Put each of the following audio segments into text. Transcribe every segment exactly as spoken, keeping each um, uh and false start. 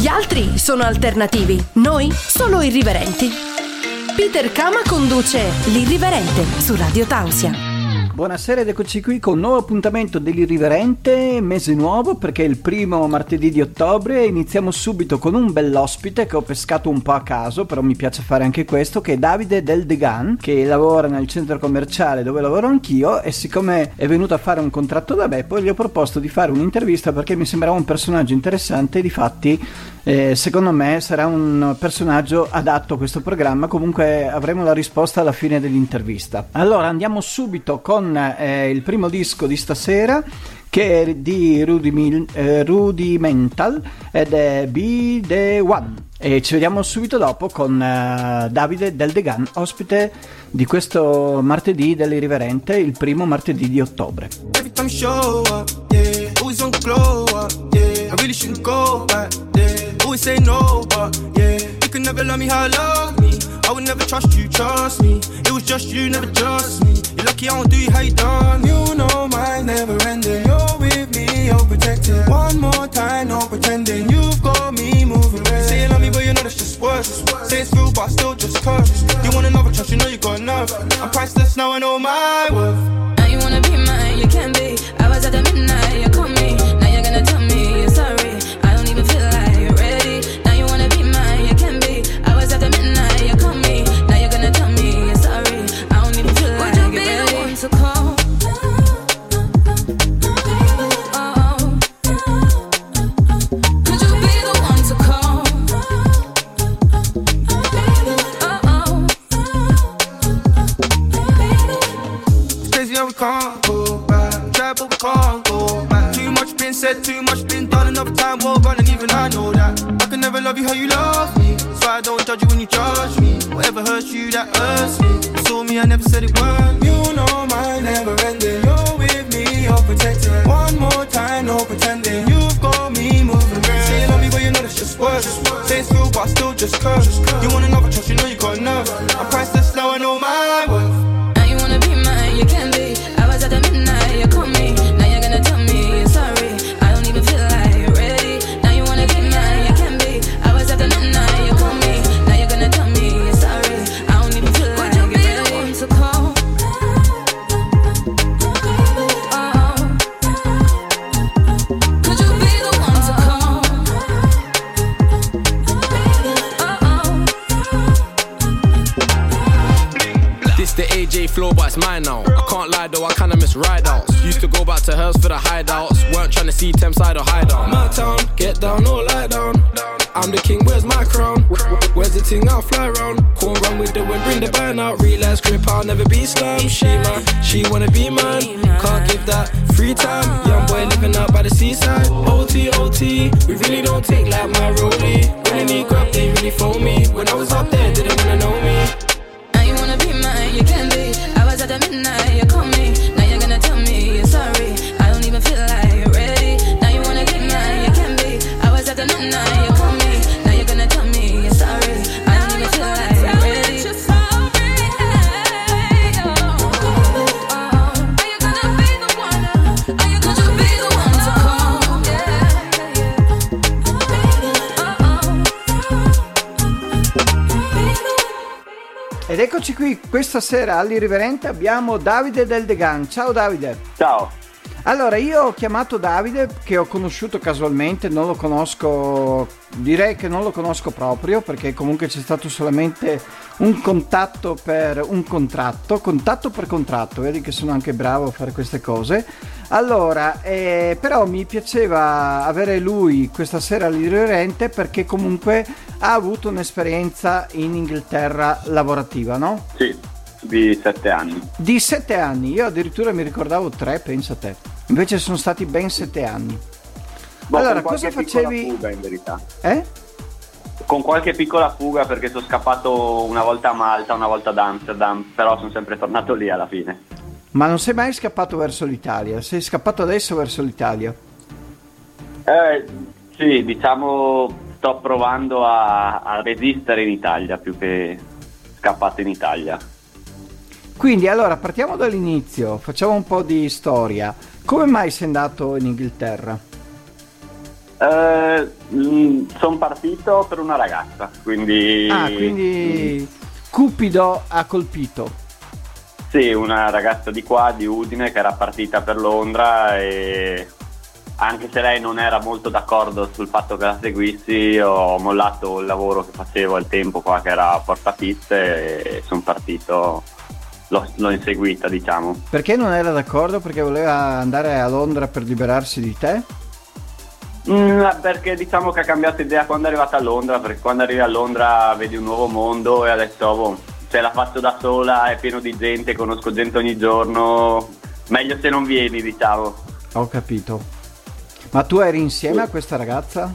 Gli altri sono alternativi, noi solo irriverenti. Peter Kama conduce L'Irriverente su Radio Tausia. Buonasera ed eccoci qui con un nuovo appuntamento dell'Irriverente, mese nuovo perché è il primo martedì di ottobre e iniziamo subito con un bell'ospite che ho pescato un po' a caso, però mi piace fare anche questo, che è Davide Del Degan, che lavora nel centro commerciale dove lavoro anch'io, e siccome è venuto a fare un contratto da me, poi gli ho proposto di fare un'intervista perché mi sembrava un personaggio interessante e difatti eh, secondo me sarà un personaggio adatto a questo programma. Comunque avremo la risposta alla fine dell'intervista. Allora andiamo subito con Eh, il primo disco di stasera, che è di Rudimil, eh, Rudimental ed è Be The One, e ci vediamo subito dopo con eh, Davide Del Degan, ospite di questo martedì dell'Irriverente, il primo martedì di ottobre. Every time you show up, yeah, always on glow up, yeah, I really shouldn't go back, yeah, always say no, but yeah, you can never love me how I love me, I would never trust you, trust me, it was just you, never just me, you're lucky I don't do you how you done, you know mine never ending, you're with me, you're protected, one more time, no pretending, you've got me moving, you say you love me but you know that's just words, say it's real but I still just curse, you want another trust, you know you got enough, I'm priceless now I know my worth. Now you wanna be mine, you can be. I was at the midnight, you called me. Now you're gonna tell me you're sorry. I don't even feel like you're ready. Now you wanna be mine, you can be. I was at the midnight, you called me. Now you're gonna tell me you're sorry. I don't even feel like you're ready. Would you be the one to call? We can't go back, try but we can't go back. Too much been said, too much been done. Another time will run and even I know that I can never love you how you love me. So I don't judge you when you judge me. Whatever hurts you, that hurts me. You saw me, I never said it weren't. You know mine never ending. You're with me, you're protected. One more time, no pretending. You've got me moving. Say you love me, but you know that's just words. Say it's real, but I still just curse. You want another trust, you know you got enough. I'm priceless now, I know my worth. Now you wanna be mine, you can be. I was at the midnight, you called me. Now you're gonna tell me you're sorry. I don't even feel like you're ready. Now you wanna be mine, you can be. I was at the midnight, you called me. Now you're gonna tell me you're sorry. I don't even feel like you're ready. Would you be the one to call? Oh, could you be the one to call? Oh, This the A J flow, but it's mine now. I can't lie though, I kinda miss rideouts. Used to go back to hers for the hideouts. Weren't trying to see Thameside or Hideout. My town, get down or lie down. I'm the king, where's my crown? Where's the ting, I'll fly round. Corn run with the wind, bring the band out. Realize grip, I'll never be slam. She man, she wanna be man. Can't give that free time. Young boy living out by the seaside. O T, O T, we really don't take like my rollie. When they need grub, they really phone me. When I was up there, didn't wanna know me. now you wanna be mine, you can be. I was at the midnight, you called me. Now you're gonna tell me you're sorry. I don't even feel like you're ready. Now you wanna be mine, you can be. I was at the midnight, you called me. Now you're gonna tell me you're sorry. I don't even feel like you're ready. You're sorry. Are you gonna be the one? Are you gonna be the one to call? Ed eccoci qui, questa sera all'Irriverente abbiamo Davide Del Degan. Ciao Davide. Ciao. Allora, io ho chiamato Davide, che ho conosciuto casualmente, non lo conosco, direi che non lo conosco proprio, perché comunque c'è stato solamente un contatto per un contratto, contatto per contratto, vedi che sono anche bravo a fare queste cose. Allora, eh, però mi piaceva avere lui questa sera all'Irriverente perché comunque ha avuto un'esperienza in Inghilterra lavorativa, no? Sì, di sette anni. Di sette anni, io addirittura mi ricordavo tre, pensa a te. Invece sono stati ben sette anni. Boh, allora, con cosa qualche piccola facevi? fuga, in verità. Eh? Con qualche piccola fuga, perché sono scappato una volta a Malta, una volta ad Amsterdam, però sono sempre tornato lì alla fine. Ma non sei mai scappato verso l'Italia? Sei scappato adesso verso l'Italia? Eh, sì, diciamo, sto provando a, a resistere in Italia più che scappato in Italia. Quindi, allora, partiamo dall'inizio, facciamo un po' di storia. Come mai sei andato in Inghilterra? Eh, sono partito per una ragazza, quindi... Ah, quindi Cupido ha colpito. Sì, una ragazza di qua, di Udine, che era partita per Londra e anche se lei non era molto d'accordo sul fatto che la seguissi, ho mollato il lavoro che facevo al tempo qua, che era a Portapizze, e sono partito, l'ho, l'ho inseguita, diciamo. Perché non era d'accordo? Perché voleva andare a Londra per liberarsi di te? Mm, perché diciamo che ha cambiato idea quando è arrivata a Londra, perché quando arrivi a Londra vedi un nuovo mondo e ha detto, boh, se la faccio da sola, è pieno di gente, conosco gente ogni giorno, meglio se non vieni, diciamo. Ho capito. Ma tu eri insieme a questa ragazza?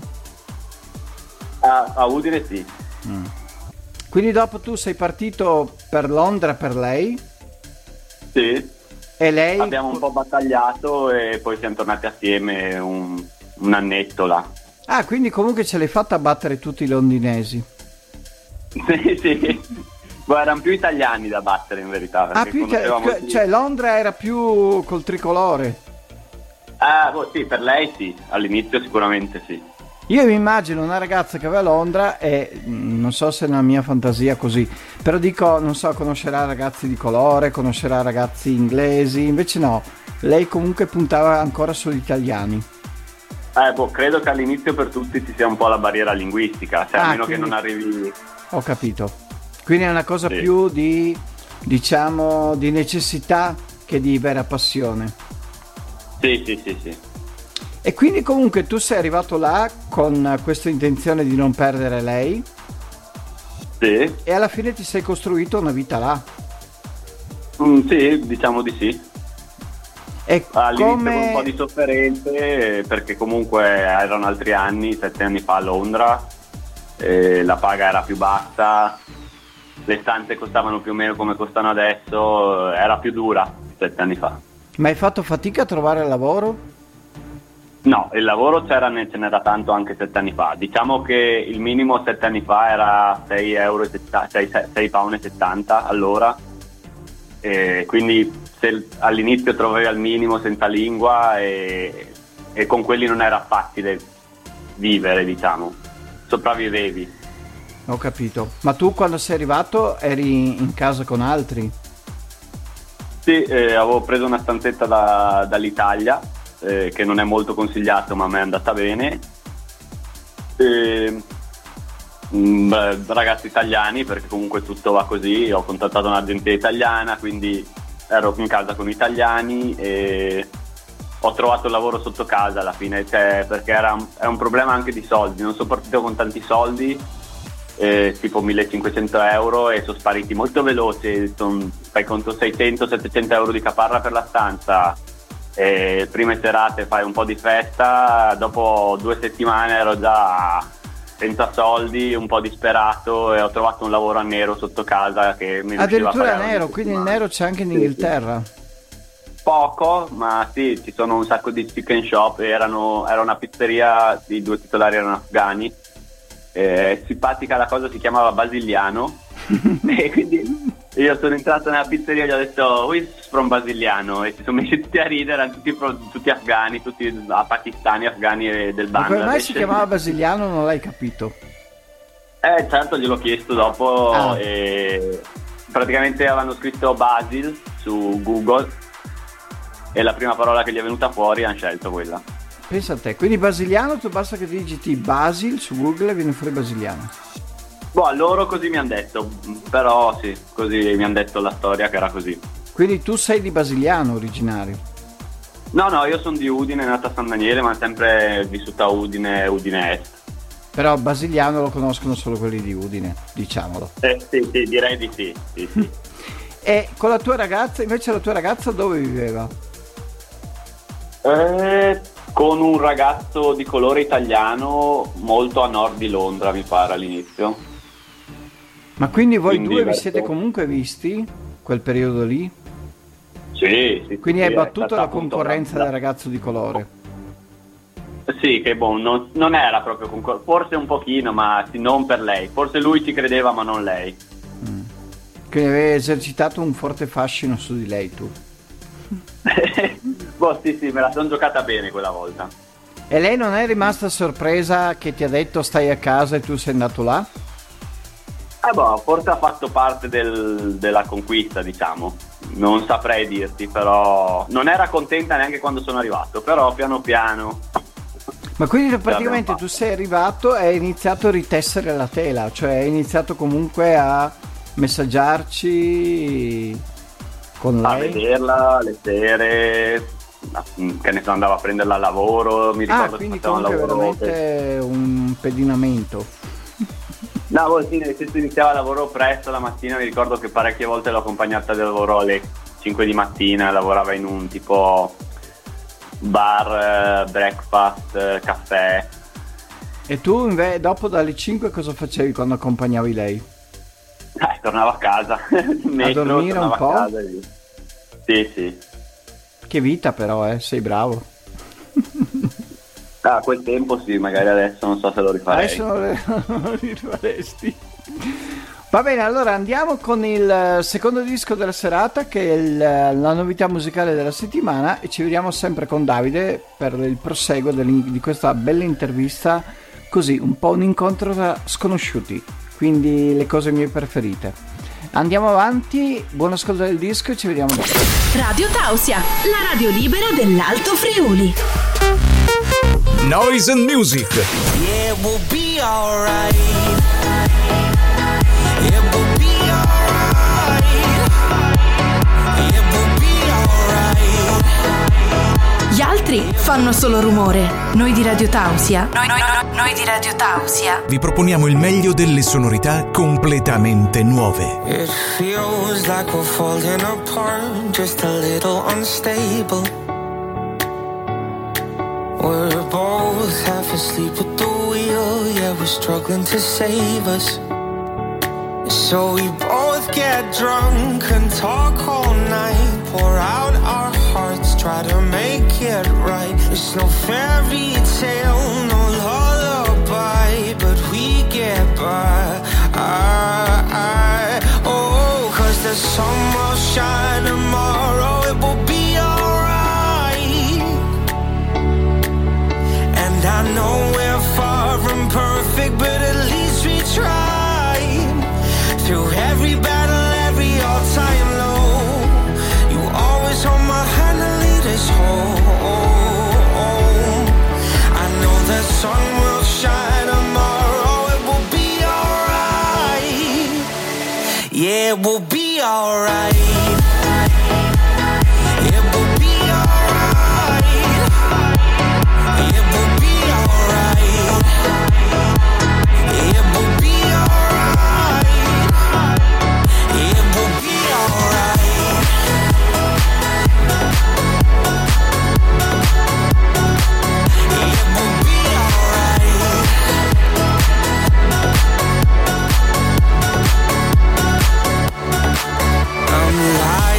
A, a Udine sì. Mm. Quindi dopo tu sei partito per Londra per lei? Sì. E lei? Abbiamo un po' battagliato e poi siamo tornati assieme un, un annetto là. Ah, quindi comunque ce l'hai fatta a battere tutti i londinesi? Sì, sì. Guarda, erano più italiani da battere in verità. Ah, più che, cioè, cioè Londra era più col tricolore? Ah, boh, sì, per lei sì, all'inizio sicuramente sì. Io mi immagino una ragazza che va a Londra e mh, non so se è una mia fantasia così, però dico, non so, conoscerà ragazzi di colore, conoscerà ragazzi inglesi, invece no, lei comunque puntava ancora sugli italiani. Eh, boh, credo che all'inizio per tutti ci sia un po' la barriera linguistica, cioè Ah, a meno quindi- che non arrivi... Ho capito. Quindi è una cosa Sì. più di, diciamo, di necessità che di vera passione. Sì, sì, sì, sì. E quindi comunque tu sei arrivato là con questa intenzione di non perdere lei Sì, e alla fine ti sei costruito una vita là. Mm, sì, diciamo di sì. E All'inizio con un come... po' di sofferenze, perché comunque erano altri anni, sette anni fa a Londra, e la paga era più bassa, le stanze costavano più o meno come costano adesso, era più dura sette anni fa. Ma hai fatto fatica a trovare lavoro? No, il lavoro c'era, ne- ce n'era tanto anche sette anni fa. Diciamo che il minimo sette anni fa era sei euro, sei pound e settanta all'ora, e quindi se all'inizio trovavi al minimo senza lingua e, e con quelli non era facile vivere, diciamo, sopravvivevi. Ho capito. Ma tu quando sei arrivato eri in casa con altri? Sì, eh, avevo preso una stanzetta da- dall'Italia, eh, che non è molto consigliato ma a me è andata bene. E, mm, beh, ragazzi italiani, perché comunque tutto va così, ho contattato un'agenzia italiana, quindi ero in casa con italiani e ho trovato il lavoro sotto casa alla fine, cioè, perché era un, è un problema anche di soldi, non sono partito con tanti soldi, eh, tipo millecinquecento euro, e sono spariti molto veloci, son, fai conto seicento settecento euro di caparra per la stanza, e prime serate fai un po' di festa, dopo due settimane ero già senza soldi, un po' disperato, e ho trovato un lavoro a nero sotto casa che mi riusciva a Addirittura pagare ogni nero, quindi il settimana. nero c'è anche in Sì, Inghilterra. Poco, ma sì, ci sono un sacco di chicken shop, erano, era una pizzeria, i due titolari erano afghani, eh, simpatica la cosa, si chiamava Basiliano e quindi io sono entrato nella pizzeria e gli ho detto "Who is from Basiliano?" e si sono messi tutti a ridere, erano tutti, pro- tutti afghani, tutti a pakistani, afghani e del Ma come Bangladesh. mai si chiamava Basiliano non l'hai capito? Eh certo, gliel'ho chiesto dopo, Ah. e praticamente avevano scritto Basil su Google e la prima parola che gli è venuta fuori hanno scelto quella. Pensa a te, quindi Basiliano tu basta che digiti Basil su Google e viene fuori Basiliano. Boh, a loro così mi hanno detto, però sì, così mi hanno detto la storia che era così. Quindi tu sei di Basiliano originario. No, no, io sono di Udine, nato a San Daniele, ma sempre vissuto a Udine, Udine Est. Però Basiliano lo conoscono solo quelli di Udine, diciamolo. Eh, sì, sì, direi di sì, sì, sì. E con la tua ragazza, invece la tua ragazza dove viveva? Eh, con un ragazzo di colore italiano molto a nord di Londra, mi pare, all'inizio. Ma quindi voi Quindi due vi verso- siete comunque visti quel periodo lì? Sì, sì. Quindi sì, hai è battuto stata la appunto concorrenza una- del ragazzo di colore. Sì, che boh, non, non era proprio concor- forse un pochino, ma sì, non per lei. Forse lui ci credeva, ma non lei. Quindi avevi esercitato un forte fascino su di lei tu. Boh, sì, sì, me la sono giocata bene quella volta. E lei non è rimasta sorpresa che ti ha detto stai a casa e tu sei andato là? Eh boh, forse ha fatto parte del, della conquista, diciamo. Non saprei dirti, però non era contenta neanche quando sono arrivato, però piano piano. Ma quindi praticamente tu sei arrivato e hai iniziato a ritessere la tela, cioè hai iniziato comunque a messaggiarci con lei? A vederla le sere, che ne so, andavo a prenderla al lavoro, mi ricordo ah, quindi che facevamo comunque lavoro veramente un pedinamento. No, boh, sì, nel senso iniziava lavoro presto la mattina, mi ricordo che parecchie volte l'ho accompagnata del lavoro alle cinque di mattina, lavorava in un tipo bar, breakfast, caffè. E tu inve- dopo dalle cinque cosa facevi quando accompagnavi lei? Eh, tornavo a casa, metro, a dormire un po'? A casa e... Sì, sì. Che vita però, eh, sei bravo. Ah, a quel tempo sì, magari adesso non so se lo rifarei. Adesso non lo rifaresti. Va bene, allora andiamo con il secondo disco della serata, che è il, la novità musicale della settimana, e ci vediamo sempre con Davide per il proseguo di questa bella intervista, così un po' un incontro tra sconosciuti, quindi le cose mie preferite. Andiamo avanti, buon ascolto del disco e ci vediamo dopo. Radio Tausia, la radio libera dell'Alto Friuli. Noise and Music. Yeah, we'll be alright. Yeah, we'll be alright. Yeah, we'll be alright. Gli altri fanno solo rumore. Noi di Radio Tausia. Noi, noi, noi, noi di Radio Tausia. Vi proponiamo il meglio delle sonorità completamente nuove. It feels like we're falling apart, just a little unstable. We're both half asleep at the wheel, yeah, we're struggling to save us. So we both get drunk and talk all night, pour out our hearts, try to make it right. It's no fairy tale, no lullaby, but we get by. I, I, oh, cause the sun will shine tomorrow, it will be alright. And I know we're far from perfect, but at least we tried. Through every battle, every all-time low, you always hold my hand and lead us home. I know the sun will shine tomorrow, it will be alright. Yeah, it will be alright. It will be alright. It will be alright. It will be alright. It will be alright. It will be alright. I'm alive.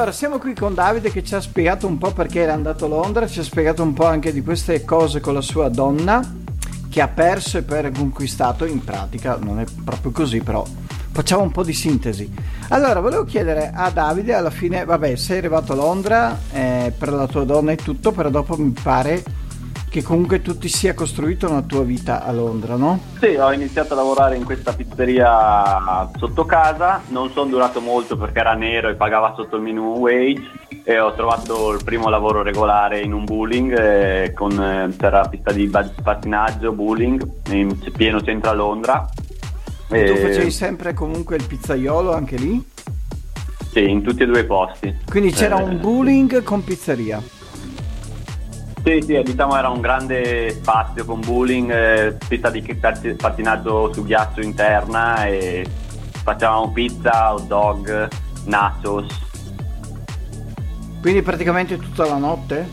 Allora, siamo qui con Davide che ci ha spiegato un po' perché era andato a Londra, ci ha spiegato un po' anche di queste cose con la sua donna che ha perso e poi riconquistato. In pratica non è proprio così, però facciamo un po' di sintesi. Allora, volevo chiedere a Davide, alla fine, vabbè, sei arrivato a Londra eh, per la tua donna e tutto, però dopo mi pare che comunque tu ti sia costruito una tua vita a Londra, no? Sì, ho iniziato a lavorare in questa pizzeria sotto casa, non sono durato molto perché era nero e pagava sotto il minimum wage, e ho trovato il primo lavoro regolare in un bowling eh, con eh, c'era pista di pattinaggio, bowling in pieno centro a Londra. E tu facevi sempre comunque il pizzaiolo anche lì? Sì, in tutti e due i posti. Quindi c'era eh, un bowling con pizzeria? Sì, sì, diciamo era un grande spazio con bowling, eh, pista di pattinaggio su ghiaccio interna e facevamo pizza, hot dog, nachos. Quindi praticamente tutta la notte?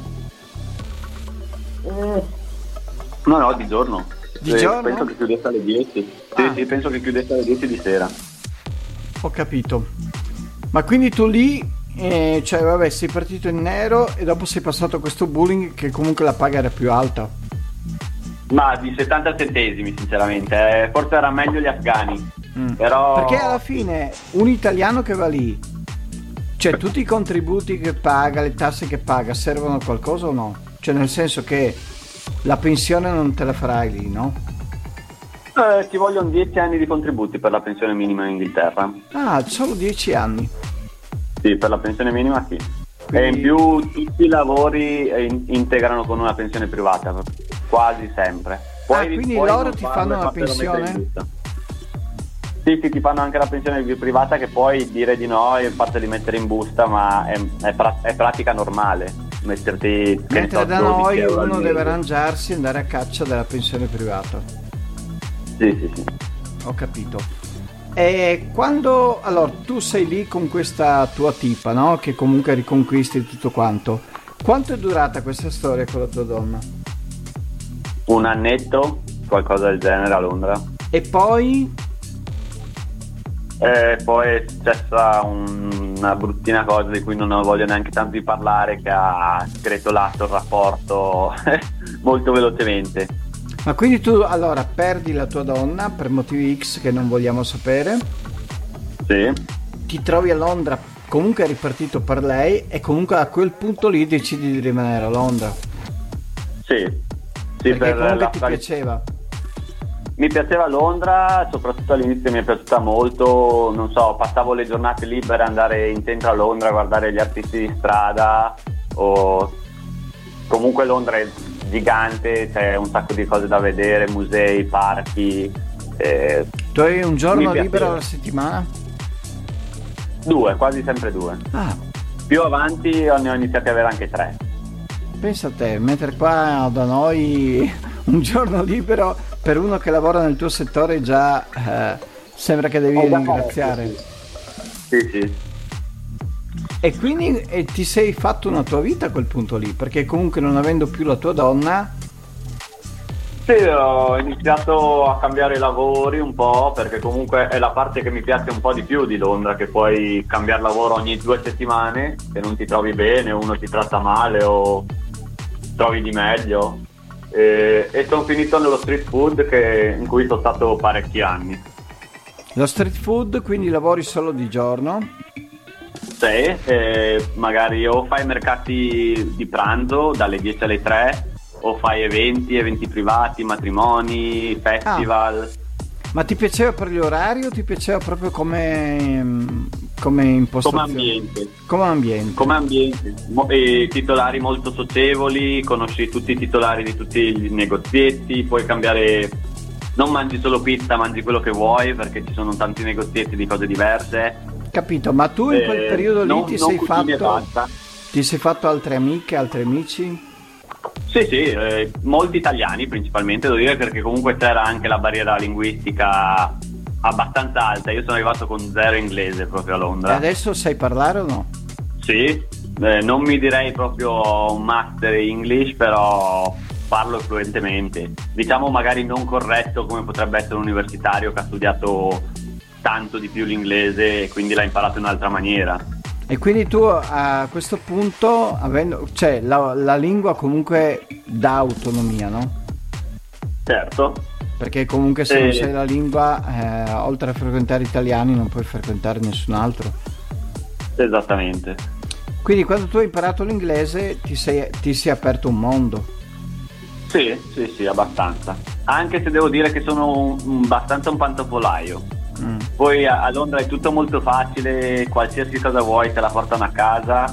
No, no, di giorno. Di eh, giorno? Penso che chiudesse alle dieci. Sì, Ah. sì, penso che chiudesse alle dieci di sera. Ho capito. Ma quindi tu lì, eh, cioè vabbè, sei partito in nero e dopo sei passato a questo bowling che comunque la paga era più alta. Ma di settanta centesimi sinceramente, eh, forse era meglio gli afghani. Mm. Però... Perché alla fine un italiano che va lì, cioè tutti i contributi che paga, le tasse che paga, servono a qualcosa o no? Cioè nel senso che la pensione non te la farai lì, no? Eh, ci vogliono dieci anni di contributi per la pensione minima in Inghilterra. Ah, solo dieci anni. Sì, per la pensione minima sì. Quindi- E in più tutti i lavori eh, in- integrano con una pensione privata, quasi sempre. Ah, quindi puoi loro non ti farlo fanno e la fartelo mettere in pensione? busta. Sì, sì, ti fanno anche la pensione privata che puoi dire di no e farteli mettere in busta, ma è, è, pra- è pratica normale metterti... che ne Mentre so, da dodici noi euro al uno mese. deve arrangiarsi e andare a caccia della pensione privata. Sì, sì, sì. Ho capito. E quando allora tu sei lì con questa tua tipa, no? Che comunque riconquisti tutto quanto. Quanto è durata questa storia con la tua donna? Un annetto, qualcosa del genere a Londra. E poi E poi è successa un- una bruttina cosa di cui non voglio neanche tanto di parlare, che ha scretolato il rapporto molto velocemente. ma quindi tu allora perdi la tua donna per motivi X che non vogliamo sapere, Sì, ti trovi a Londra, comunque è ripartito per lei e comunque a quel punto lì decidi di rimanere a Londra. sì, sì, Perché per comunque la ti storia- piaceva. Mi piaceva Londra, soprattutto all'inizio mi è piaciuta molto, non so, passavo le giornate libere andare in centro a Londra a guardare gli artisti di strada, o comunque Londra è gigante, c'è un sacco di cose da vedere, musei, parchi. eh, Tu hai un giorno Mi piaceva. libero alla settimana? Due, quasi sempre due. Ah, Più avanti ne ho iniziati ad avere anche tre. pensa a te, mentre qua da noi un giorno libero per uno che lavora nel tuo settore già eh, sembra che devi Ho già ringraziare. fatto, Sì, sì. E quindi e ti sei fatto una tua vita a quel punto lì, perché comunque non avendo più la tua donna, Sì, ho iniziato a cambiare lavori un po', perché comunque è la parte che mi piace un po' di più di Londra, che puoi cambiare lavoro ogni due settimane, se non ti trovi bene, uno ti tratta male o trovi di meglio. E, e sono finito nello street food, che, in cui sono stato parecchi anni. lo street food, quindi lavori solo di giorno. Sì, e magari o fai mercati di pranzo dalle dieci alle tre, o fai eventi, eventi privati, matrimoni, festival. Ma ti piaceva per gli orari o ti piaceva proprio come, come impostazione? Come ambiente. Come ambiente. Come ambiente, Mo- e titolari molto socievoli, conosci tutti i titolari di tutti i negozietti, puoi cambiare, non mangi solo pizza, mangi quello che vuoi, perché ci sono tanti negozietti di cose diverse. Capito, ma tu in quel Eh, periodo lì non- ti non sei cucini e fatto basta. ti sei fatto altre amiche, altri amici? Sì, sì, eh, molti italiani principalmente, devo dire, perché comunque c'era anche la barriera linguistica abbastanza alta. Io sono arrivato con zero inglese proprio a E Londra. adesso sai parlare o no? Sì, eh, non mi direi proprio un master English, però parlo fluentemente. Diciamo magari non corretto come potrebbe essere un universitario che ha studiato tanto di più l'inglese e quindi l'ha imparato in un'altra maniera. E quindi tu a questo punto, avendo, cioè la, la lingua comunque dà autonomia, no? Certo. Perché comunque se Eh. non sai la lingua, eh, oltre a frequentare italiani non puoi frequentare nessun altro. Esattamente. Quindi quando tu hai imparato l'inglese ti sei, ti si è aperto un mondo. Sì, sì, sì, abbastanza. Anche se devo dire che sono un, un- abbastanza un pantofolaio. Mm. Poi a, a Londra è tutto molto facile, qualsiasi cosa vuoi te la portano a casa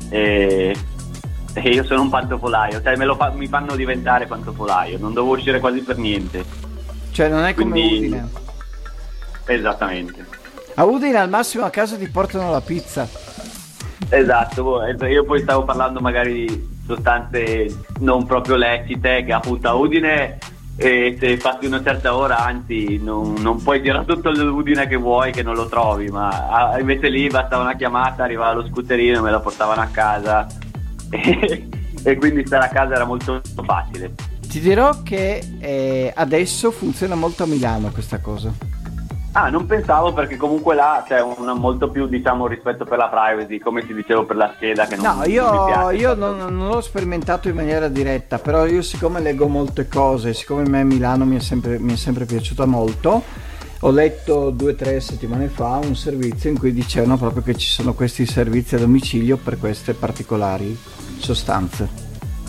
e, e io sono un pantofolaio, cioè me lo fa- mi fanno diventare pantofolaio, non devo uscire quasi per niente. Cioè non è come Quindi- Udine. Esattamente. A Udine al massimo a casa ti portano la pizza. Esatto, boh, eh, io poi stavo parlando magari di sostanze non proprio lecite, che appunto a Udine e se passi una certa ora, anzi non, non puoi girare tutto l'Udine che vuoi che non lo trovi, ma ah, invece lì bastava una chiamata, arrivava lo scooterino, me lo portavano a casa e, e quindi stare a casa era molto facile. Ti dirò che eh, adesso funziona molto a Milano questa cosa. Ah, non pensavo, perché comunque là c'è un molto più, diciamo, rispetto per la privacy, come ti dicevo per la scheda, che non, No, non mi io, piace. io non, non l'ho sperimentato in maniera diretta, però io siccome leggo molte cose, siccome a me Milano mi è sempre, mi è sempre piaciuta molto, ho letto due o tre settimane fa un servizio in cui dicevano proprio che ci sono questi servizi a domicilio per queste particolari sostanze.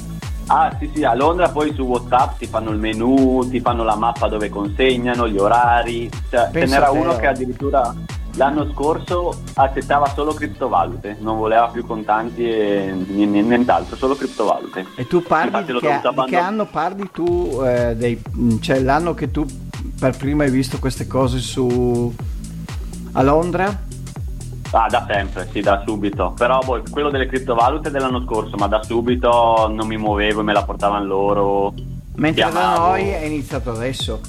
Ah sì sì, a Londra poi su WhatsApp ti fanno il menu, ti fanno la mappa dove consegnano, gli orari, cioè, ce Pensa n'era a te, uno oh. che addirittura l'anno scorso accettava solo criptovalute, non voleva più contanti e n- n- nient'altro, solo criptovalute. E tu parli Infatti di l'ho che, dovuto di che abbandonare. anno parli tu, eh, dei, cioè l'anno che tu per prima hai visto queste cose su a Londra? Ah, da sempre, sì, da subito. Però boh, quello delle criptovalute dell'anno scorso, ma da subito non mi muovevo e me la portavano loro. Mentre da Chiamavo. noi è iniziato adesso.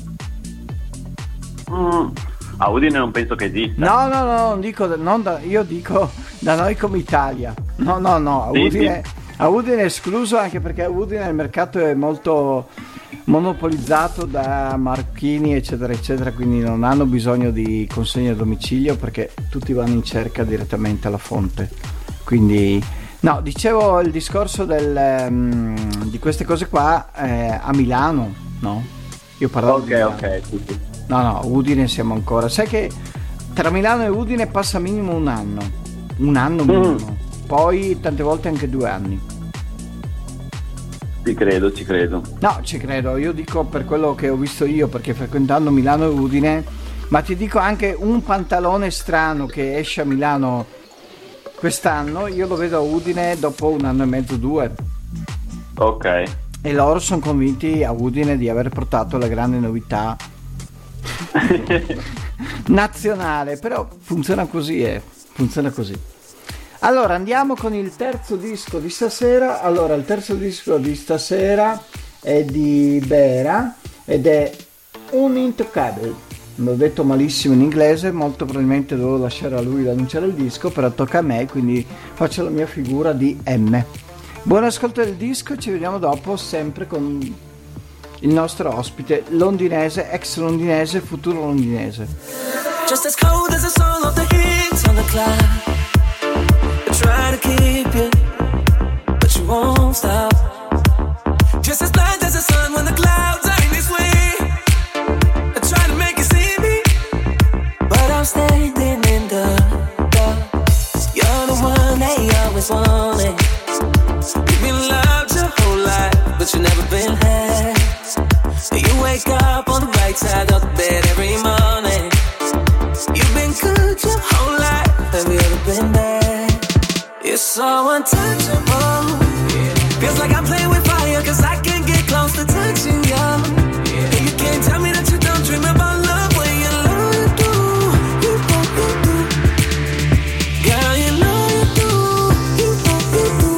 Mm, a Udine non penso che esista. No, no, no, non dico, non da, io dico da noi come Italia. No, no, no, a Sì, Udine, sì. a Udine è escluso, anche perché a Udine il mercato è molto monopolizzato da marchini, eccetera, eccetera, quindi non hanno bisogno di consegna a domicilio perché tutti vanno in cerca direttamente alla fonte. Quindi, no, dicevo il discorso del, ehm, di queste cose qua eh, a Milano, no? Io parlavo di Ok, Milano. ok, sì, sì. No, no, Udine siamo ancora. Sai che tra Milano e Udine passa minimo un anno. Un anno minimo. Mm. Poi tante volte anche due anni. Ci credo, ci credo. No, ci credo. Io dico per quello che ho visto io, perché frequentando Milano e Udine, ma ti dico anche un pantalone strano che esce a Milano quest'anno, io lo vedo a Udine dopo un anno e mezzo, due. Ok. E loro sono convinti a Udine di aver portato la grande novità nazionale, però funziona così, eh. funziona così. Allora andiamo con il terzo disco di stasera. Allora il terzo disco di stasera è di Bera ed è Unintouchable. L'ho detto malissimo in inglese, molto probabilmente devo lasciare a lui lanciare il disco, però tocca a me, quindi faccio la mia figura di M. Buon ascolto del disco, ci vediamo dopo sempre con il nostro ospite londinese, ex londinese, futuro londinese. Just as cold as the song of the hits on the clock. I try to keep you, but you won't stop. Just as blind as the sun when the clouds are in its way. I try to make you see me, but I'm standing in the dark. You're the one they always wanted. You've been loved your whole life, but you've never been had. You wake up on the right side of the bed every morning. You've been good your whole life, have you ever been bad? You're so untouchable. Feels like I'm playing with fire, cause I can't get close to touching you. And you can't tell me that you don't dream about love when you know you do. You know you do. Girl, you know you do. You know you do.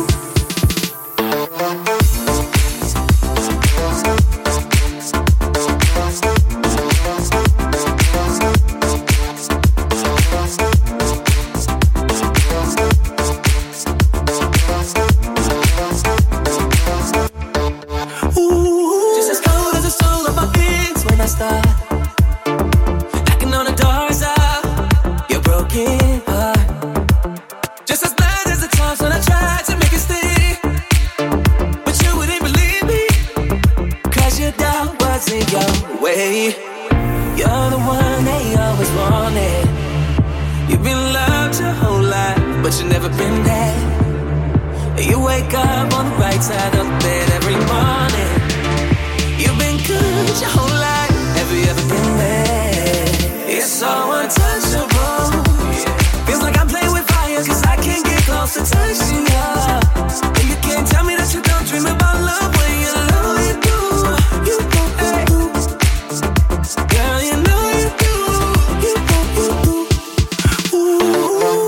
away. You're the one they always wanted. You've been loved your whole life, but you've never been there. You wake up on the right side of the bed every morning. You've been good your whole life. Have you ever been there? It's so untouchable. Feels like I'm playing with fire, cause I can't get close to touching you. And you can't tell me that you don't dream about love when you know you do. You do, hey. Girl, you know you do. You do, you do. Ooh.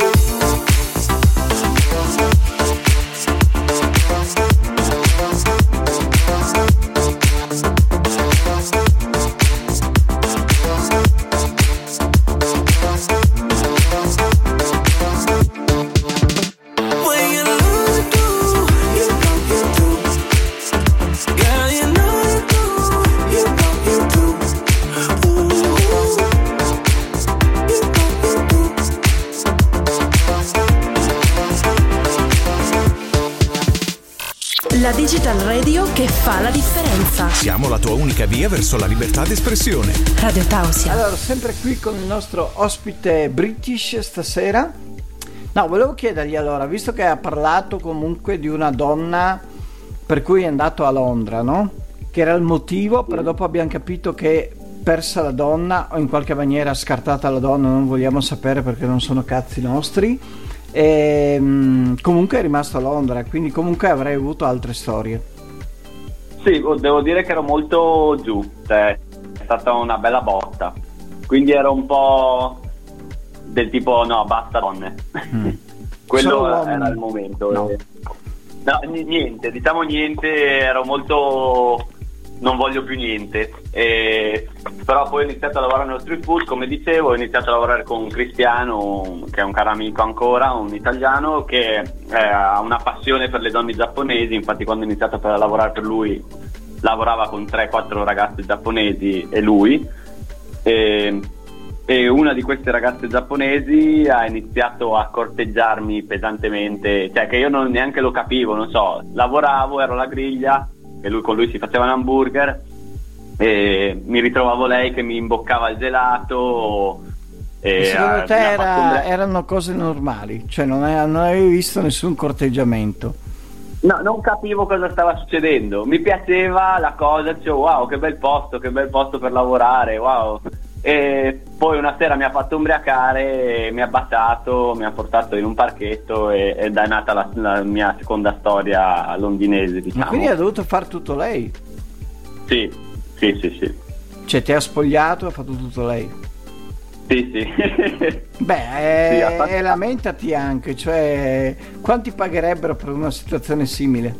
La Digital Radio che fa la differenza. Siamo la tua unica via verso la libertà d'espressione. Radio Tausia. Allora, sempre qui con il nostro ospite British stasera. No, volevo chiedergli allora, visto che ha parlato comunque di una donna per cui è andato a Londra, no? Che era il motivo, però dopo abbiamo capito che persa la donna o in qualche maniera scartata la donna, non vogliamo sapere perché non sono cazzi nostri. E comunque è rimasto a Londra, quindi comunque avrei avuto altre storie. Sì, devo dire che ero molto giù, cioè, è stata una bella botta, quindi ero un po' del tipo no, basta donne. Mm. Quello era il momento. No. No, niente, diciamo niente, ero molto non voglio più niente, e, però poi ho iniziato a lavorare nello street food, come dicevo, ho iniziato a lavorare con Cristiano, che è un caro amico ancora, un italiano che eh, ha una passione per le donne giapponesi. Infatti quando ho iniziato a lavorare per lui lavorava con tre quattro ragazze giapponesi e lui, e, e una di queste ragazze giapponesi ha iniziato a corteggiarmi pesantemente, cioè che io non neanche lo capivo, non so, lavoravo, ero alla griglia e lui, con lui si faceva un hamburger e mi ritrovavo lei che mi imboccava il gelato. E, e secondo eh, te era, un... erano cose normali? Cioè non, è, non avevi visto nessun corteggiamento? No, non capivo cosa stava succedendo. Mi piaceva la cosa, dicevo wow, che bel posto, che bel posto per lavorare, wow. E poi una sera mi ha fatto ubriacare, mi ha baciato, mi ha portato in un parchetto e, ed è nata la, la mia seconda storia londinese, diciamo. Ma quindi ha dovuto fare tutto lei? Sì, sì, sì, sì. Cioè ti ha spogliato e ha fatto tutto lei? Sì, sì. Beh, sì, eh, fatto... e lamentati anche, cioè quanti pagherebbero per una situazione simile?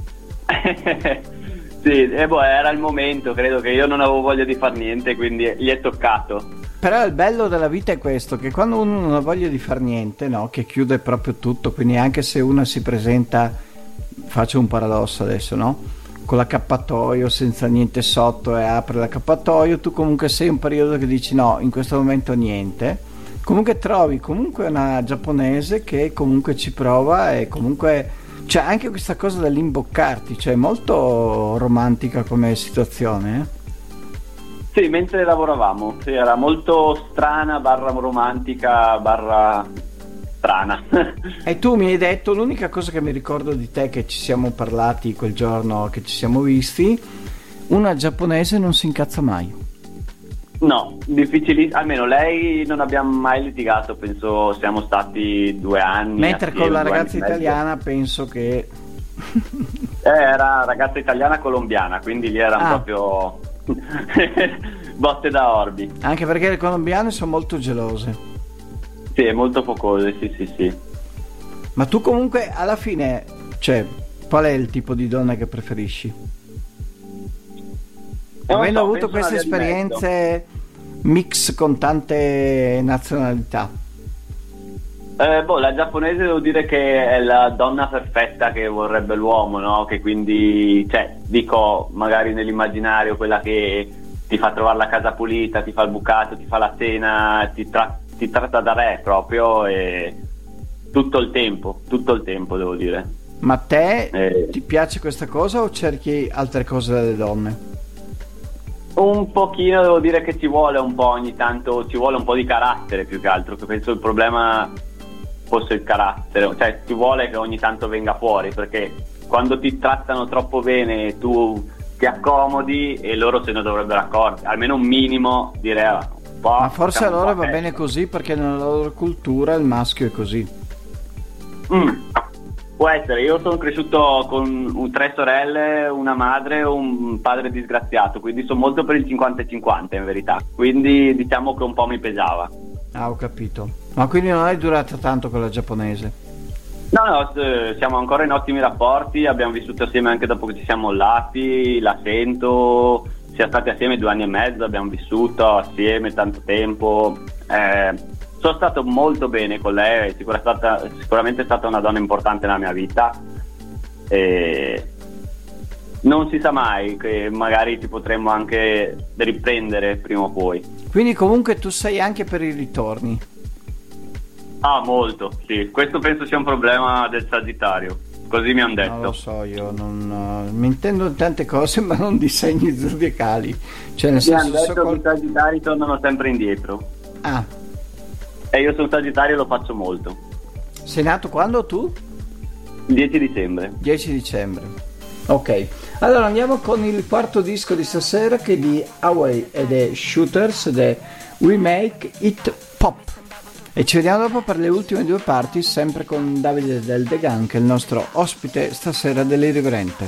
Sì, e boh, era il momento, credo che io non avevo voglia di far niente, quindi gli è toccato. Però il bello della vita è questo, che quando uno non ha voglia di far niente, no, che chiude proprio tutto, quindi anche se uno si presenta, faccio un paradosso adesso, no? Con l'accappatoio, senza niente sotto, e apre l'accappatoio, tu comunque sei un periodo che dici no, in questo momento niente. Comunque trovi comunque una giapponese che comunque ci prova e comunque... C'è anche questa cosa dell'imboccarti, cioè molto romantica come situazione, eh? Sì, mentre lavoravamo, sì, era molto strana, barra romantica, barra strana. E tu mi hai detto, l'unica cosa che mi ricordo di te, che ci siamo parlati quel giorno che ci siamo visti, una giapponese non si incazza mai. No, difficilissimo, almeno lei non abbiamo mai litigato, penso siamo stati due anni. Mentre assieme, con la ragazza italiana penso che... Eh, era ragazza italiana colombiana, quindi lì erano ah. proprio botte da orbi. Anche perché le colombiane sono molto gelose. Sì, molto focose, sì sì sì. Ma tu comunque alla fine, cioè, qual è il tipo di donna che preferisci? Avendo so, avuto queste esperienze mix con tante nazionalità. Eh, boh, la giapponese devo dire che è la donna perfetta che vorrebbe l'uomo, no? Che quindi, cioè, dico, magari nell'immaginario quella che ti fa trovare la casa pulita, ti fa il bucato, ti fa la cena, ti, tra- ti tratta da re proprio, e tutto il tempo, tutto il tempo devo dire. Ma a te eh. ti piace questa cosa o cerchi altre cose dalle donne? Un pochino, devo dire che ci vuole un po' ogni tanto, ci vuole un po' di carattere più che altro, che penso il problema fosse il carattere, cioè ci vuole che ogni tanto venga fuori, perché quando ti trattano troppo bene tu ti accomodi e loro se ne dovrebbero accorgere, almeno un minimo dire un po'. Ma forse allora va bene bene così, perché nella loro cultura il maschio è così. Mm. Può essere, io sono cresciuto con un, tre sorelle, una madre e un padre disgraziato, quindi sono molto per il cinquanta e cinquanta in verità, quindi diciamo che un po' mi pesava. Ah, ho capito. Ma quindi non è durata tanto con la giapponese? No, no, siamo ancora in ottimi rapporti, abbiamo vissuto assieme anche dopo che ci siamo mollati, la sento, siamo stati assieme due anni e mezzo, abbiamo vissuto assieme tanto tempo, eh, sono stato molto bene con lei, è sicura stata, sicuramente è stata una donna importante nella mia vita e non si sa mai che magari ti potremmo anche riprendere prima o poi. Quindi comunque tu sei anche per i ritorni? Ah, molto, sì. Questo penso sia un problema del Sagittario, così mi hanno detto. Non lo so, io non uh, mi intendo di tante cose, ma non di segni zodiacali. Cioè, nel mi senso, hanno detto so qual... che i Sagittari tornano sempre indietro. Ah. E io sono Sagittario e lo faccio molto. Sei nato quando tu? dieci dicembre. dieci dicembre. Ok. Allora andiamo con il quarto disco di stasera, che è di Hawaii ed è Shooters ed è We Make It Pop. E ci vediamo dopo per le ultime due parti, sempre con Davide Del Degan, che è il nostro ospite stasera dell'Irriverente.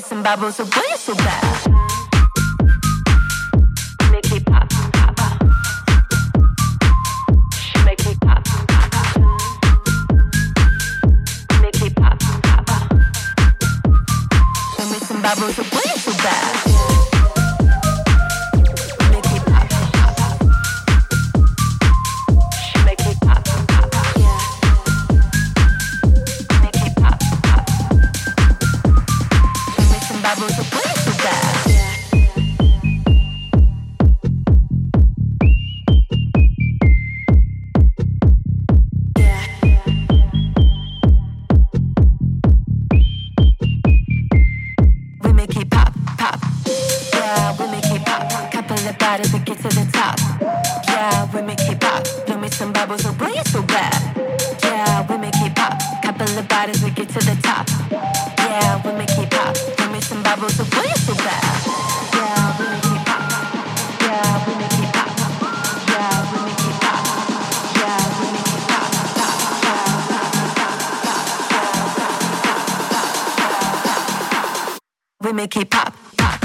Bubbles, so boy, so bad. We make it pop, pop.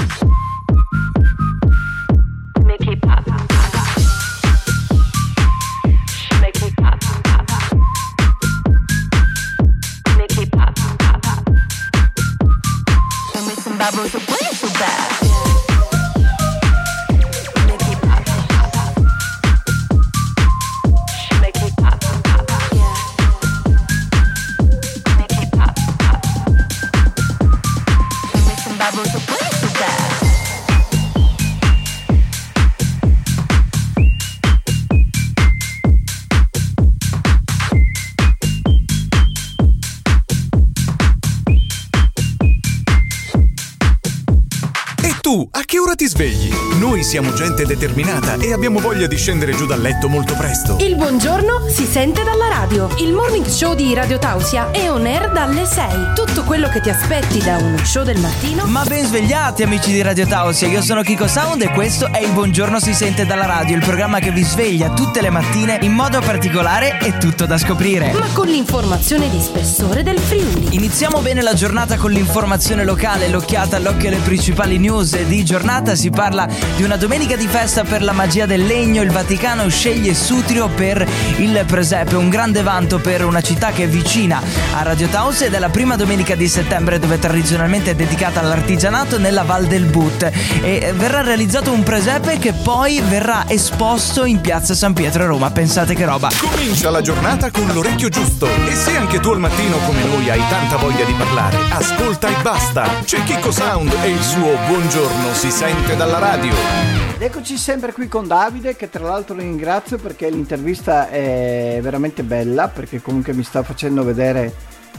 Make it pop, pop. Make it pop, pop. Make it pop, pop. Give me some bubbles, so boy, so bad. Make it pop, pop. Make it pop, pop. Make it pop, pop. Give me some bubbles, so boy, so bad. Tu, a che ora ti svegli? Noi siamo gente determinata e abbiamo voglia di scendere giù dal letto molto presto. Il buongiorno si sente dalla radio. Il morning show di Radio Tausia è on air dalle sei. Tutto quello che ti aspetti da uno show del mattino. Ma ben svegliati amici di Radio Tausia, io sono Kiko Sound e questo è Il buongiorno si sente dalla radio, il programma che vi sveglia tutte le mattine in modo particolare e tutto da scoprire. Ma con l'informazione di spessore del Friuli. Iniziamo bene la giornata con l'informazione locale, l'occhiata all'occhio alle principali news di giornata. Si parla di una domenica di festa per la magia del legno. Il Vaticano sceglie Sutrio per il presepe, un grande vanto per una città che è vicina a Radio Tausia ed è la prima domenica di settembre, dove tradizionalmente è dedicata all'artigianato nella Val del But, e verrà realizzato un presepe che poi verrà esposto in piazza San Pietro a Roma. Pensate che roba. Comincia la giornata con l'orecchio giusto, e se anche tu al mattino come noi hai tanta voglia di parlare, ascolta e basta. C'è Kiko Sound e il suo buongiorno si sente dalla radio. Ed eccoci sempre qui con Davide, che tra l'altro ringrazio perché l'intervista è veramente bella, perché comunque mi sta facendo vedere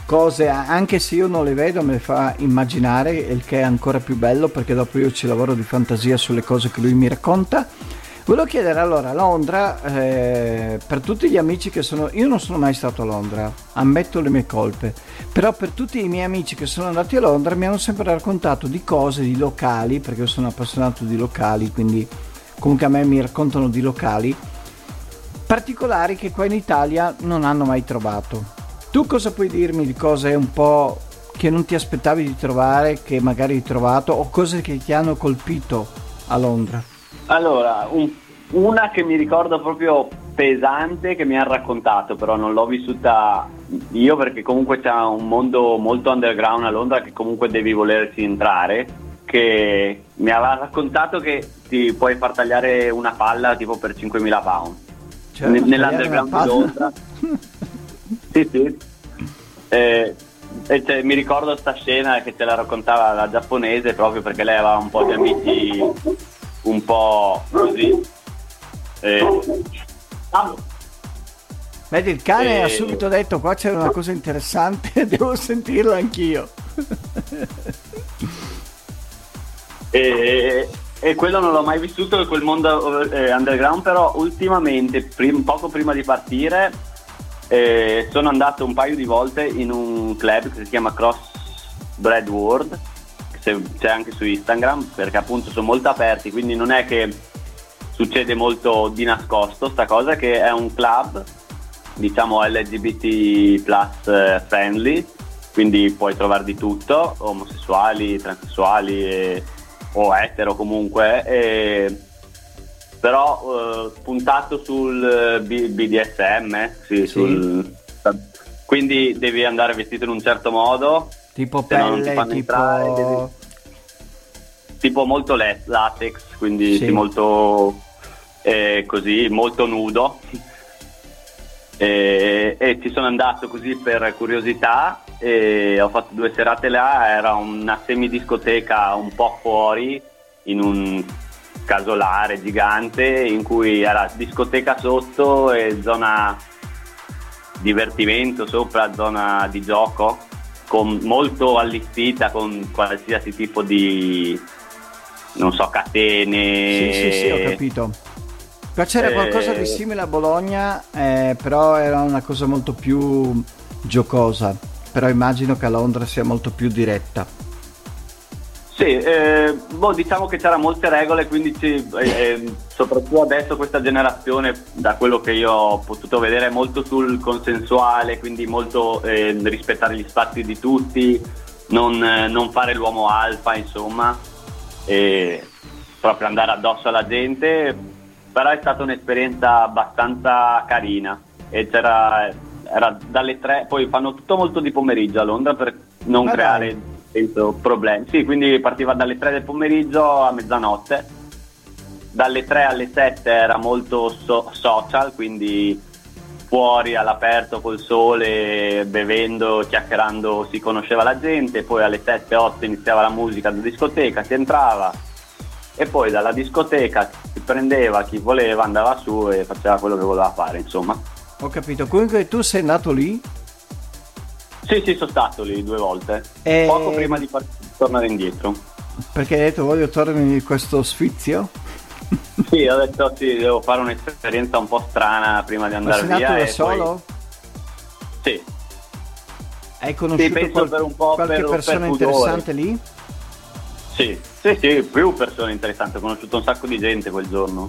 cose, anche se io non le vedo, me le fa immaginare, il che è ancora più bello perché dopo io ci lavoro di fantasia sulle cose che lui mi racconta. Volevo chiedere allora, Londra, eh, per tutti gli amici che sono, io non sono mai stato a Londra, ammetto le mie colpe, però per tutti i miei amici che sono andati a Londra mi hanno sempre raccontato di cose, di locali, perché io sono appassionato di locali, quindi comunque a me mi raccontano di locali particolari che qua in Italia non hanno mai trovato. Tu cosa puoi dirmi di cose un po' che non ti aspettavi di trovare, che magari hai trovato, o cose che ti hanno colpito a Londra? Allora, un, una che mi ricordo proprio pesante che mi ha raccontato, però non l'ho vissuta io perché comunque c'è un mondo molto underground a Londra che comunque devi volerci entrare, che mi aveva raccontato che ti puoi far tagliare una palla tipo per cinquemila pound. Cioè, N- nell'underground di Londra. Sì, sì. Eh, e cioè, mi ricordo sta scena che te la raccontava la giapponese proprio perché lei aveva un po' di amici un po' così. Eh. Vedi, il cane eh. ha subito detto qua c'era una cosa interessante, devo sentirlo anch'io. e, e quello non l'ho mai vissuto, quel mondo eh, underground, però ultimamente, prim- poco prima di partire, eh, sono andato un paio di volte in un club che si chiama Cross Bread World, che c'è anche su Instagram, perché appunto sono molto aperti, quindi non è che succede molto di nascosto sta cosa, che è un club diciamo L G B T plus friendly, quindi puoi trovare di tutto, omosessuali, transessuali e, o etero comunque, e, però eh, puntato sul B- BDSM, sì, sì. Sul, quindi devi andare vestito in un certo modo, tipo pelle, tipo... entrare, devi... tipo molto latex, quindi sì. molto eh, così, molto nudo. E, e ci sono andato così per curiosità e ho fatto due serate là. Era una semidiscoteca un po' fuori, in un casolare gigante in cui era discoteca sotto e zona divertimento sopra, zona di gioco con molto allestita con qualsiasi tipo di, non so, catene. Sì, sì, sì, ho capito. Qua c'era qualcosa di simile a Bologna, eh, però era una cosa molto più giocosa, però immagino che a Londra sia molto più diretta. Sì, eh, boh, diciamo che c'era molte regole, quindi ci, eh, soprattutto adesso questa generazione, da quello che io ho potuto vedere, è molto sul consensuale, quindi molto eh, rispettare gli spazi di tutti, non, eh, non fare l'uomo alfa, insomma, e proprio andare addosso alla gente. Però è stata un'esperienza abbastanza carina e c'era era dalle tre, poi fanno tutto molto di pomeriggio a Londra per non ah, creare penso, problemi. Sì, quindi partiva dalle tre del pomeriggio a mezzanotte, dalle tre alle sette era molto so- social, quindi fuori all'aperto col sole, bevendo, chiacchierando, si conosceva la gente, poi alle sette otto iniziava la musica da discoteca, si entrava e poi dalla discoteca si prendeva chi voleva, andava su e faceva quello che voleva fare, insomma. Ho capito. Comunque tu sei andato lì? Sì, sì, sono stato lì due volte, e... poco prima di part- tornare indietro. Perché hai detto voglio tornare in questo sfizio? Sì, ho detto sì, devo fare un'esperienza un po' strana prima di andare via. Ma sei andato da e solo? Poi... Sì. Hai conosciuto sì, qual- per un po' qualche per, persona per interessante lì? Sì, sì, sì, più persone interessanti, ho conosciuto un sacco di gente quel giorno.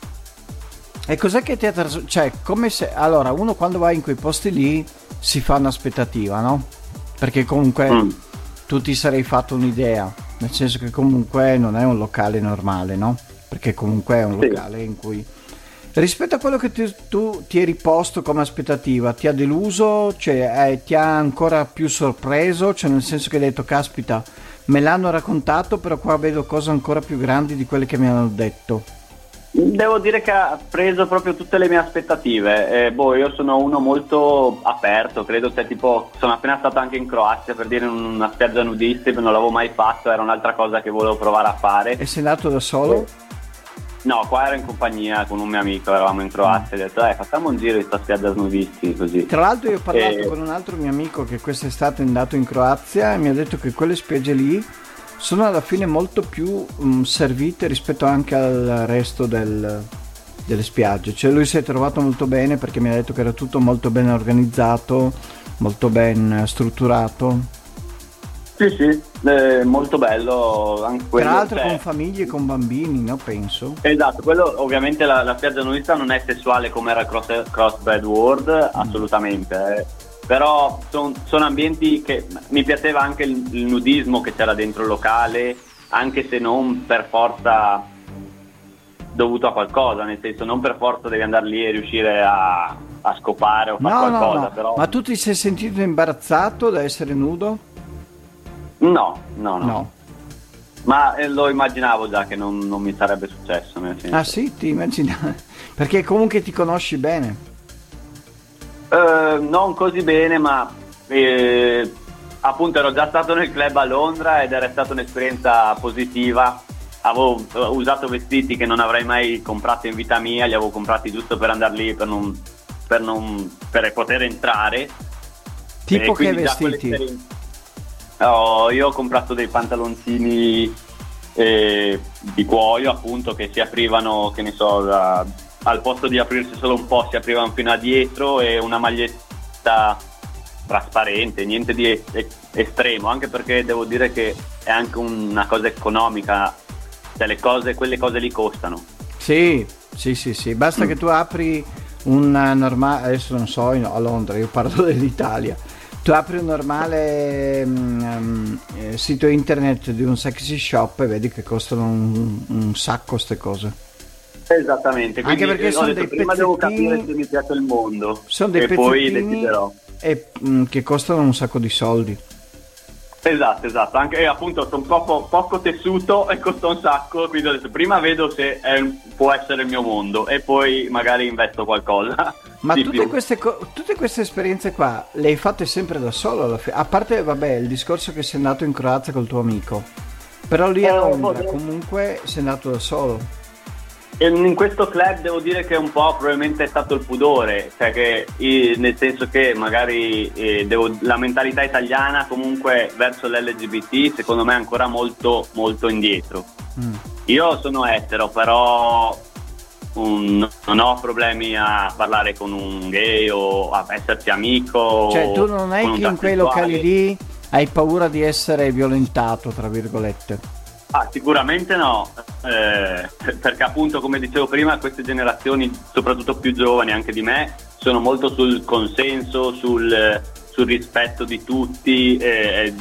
E cos'è che ti ha tras- cioè, come se allora uno quando va in quei posti lì si fa un'aspettativa, no? Perché comunque mm. tu ti sarei fatto un'idea, nel senso che comunque non è un locale normale, no? Perché comunque è un sì. locale in cui rispetto a quello che ti, tu ti eri posto come aspettativa, ti ha deluso, cioè eh, ti ha ancora più sorpreso, cioè nel senso che hai detto caspita, me l'hanno raccontato, però qua vedo cose ancora più grandi di quelle che mi hanno detto. Devo dire che ha preso proprio tutte le mie aspettative. Eh, boh, io sono uno molto aperto, credo che tipo sono appena stato anche in Croazia per dire in una spiaggia nudista, non l'avevo mai fatto, era un'altra cosa che volevo provare a fare. E sei andato da solo? No, qua ero in compagnia con un mio amico, eravamo in Croazia, e ho detto, eh, facciamo un giro in sta spiaggia nudisti, così. Tra l'altro io ho parlato E- con un altro mio amico che quest'estate è andato in Croazia e mi ha detto che quelle spiagge lì sono alla fine molto più mm, servite rispetto anche al resto del- delle spiagge. Cioè lui si è trovato molto bene perché mi ha detto che era tutto molto ben organizzato, molto ben strutturato. Sì, sì, eh, molto bello anche quello. Tra l'altro cioè- con famiglie e con bambini, no? Penso. Esatto, quello ovviamente la, la spiaggia nudista non è sessuale come era Cross, Crossbred World, assolutamente, eh. Però son- sono ambienti che mi piaceva anche il, il nudismo che c'era dentro il locale, anche se non per forza dovuto a qualcosa, nel senso non per forza devi andare lì e riuscire a, a scopare o fare No, no, qualcosa, no. però Ma tu ti sei sentito imbarazzato da essere nudo? no, no, no. No. Ma eh, lo immaginavo già che non, non mi sarebbe successo, nel senso. Ah sì, ti immagini? Perché comunque ti conosci bene. Eh, non così bene, ma eh, appunto ero già stato nel club a Londra ed era stata un'esperienza positiva. Avevo eh, usato vestiti che non avrei mai comprato in vita mia, li avevo comprati giusto per andare lì, per non, per non per poter entrare. Tipo E che quindi già vestiti? quell'esperienza- Oh, io ho comprato dei pantaloncini eh, di cuoio, appunto, che si aprivano, che ne so, da- al posto di aprirsi solo un po' si aprivano fino a dietro, e una maglietta trasparente, niente di es- es- estremo, anche perché devo dire che è anche una cosa economica, cioè le cose, quelle cose lì costano. Sì, sì, sì, sì. Basta che tu apri un normale, adesso non so, in- a Londra, io parlo dell'Italia. Tu apri un normale mm, eh, sito internet di un sexy shop e vedi che costano un, un sacco ste cose. Esattamente, Anche quindi perché ho sono detto, dei prima devo pezzettini- capire se mi piace il mondo Sono dei e poi pezzettini deciderò. e, mm, che costano un sacco di soldi. Esatto, esatto, anche e appunto sono poco, poco tessuto e costa un sacco, quindi ho detto prima vedo se è- può essere il mio mondo e poi magari investo qualcosa. Ma di tutte più. queste, co- tutte queste esperienze qua le hai fatte sempre da solo alla fi- a parte vabbè il discorso che sei andato in Croazia col tuo amico, però lì a Eh, Londra boh, comunque sei andato da solo. E in questo club devo dire che un po' probabilmente è stato il pudore, cioè che eh, nel senso che magari eh, devo- la mentalità italiana comunque verso l'L G B T secondo me è ancora molto molto indietro. Mm. Io sono etero, però un- non ho problemi a parlare con un gay o a esserci amico. Cioè tu non è con un che in quei transessuale. locali lì hai paura di essere violentato tra virgolette. Ah, sicuramente no, eh, perché appunto come dicevo prima queste generazioni, soprattutto più giovani anche di me, sono molto sul consenso, sul, sul rispetto di tutti, eh,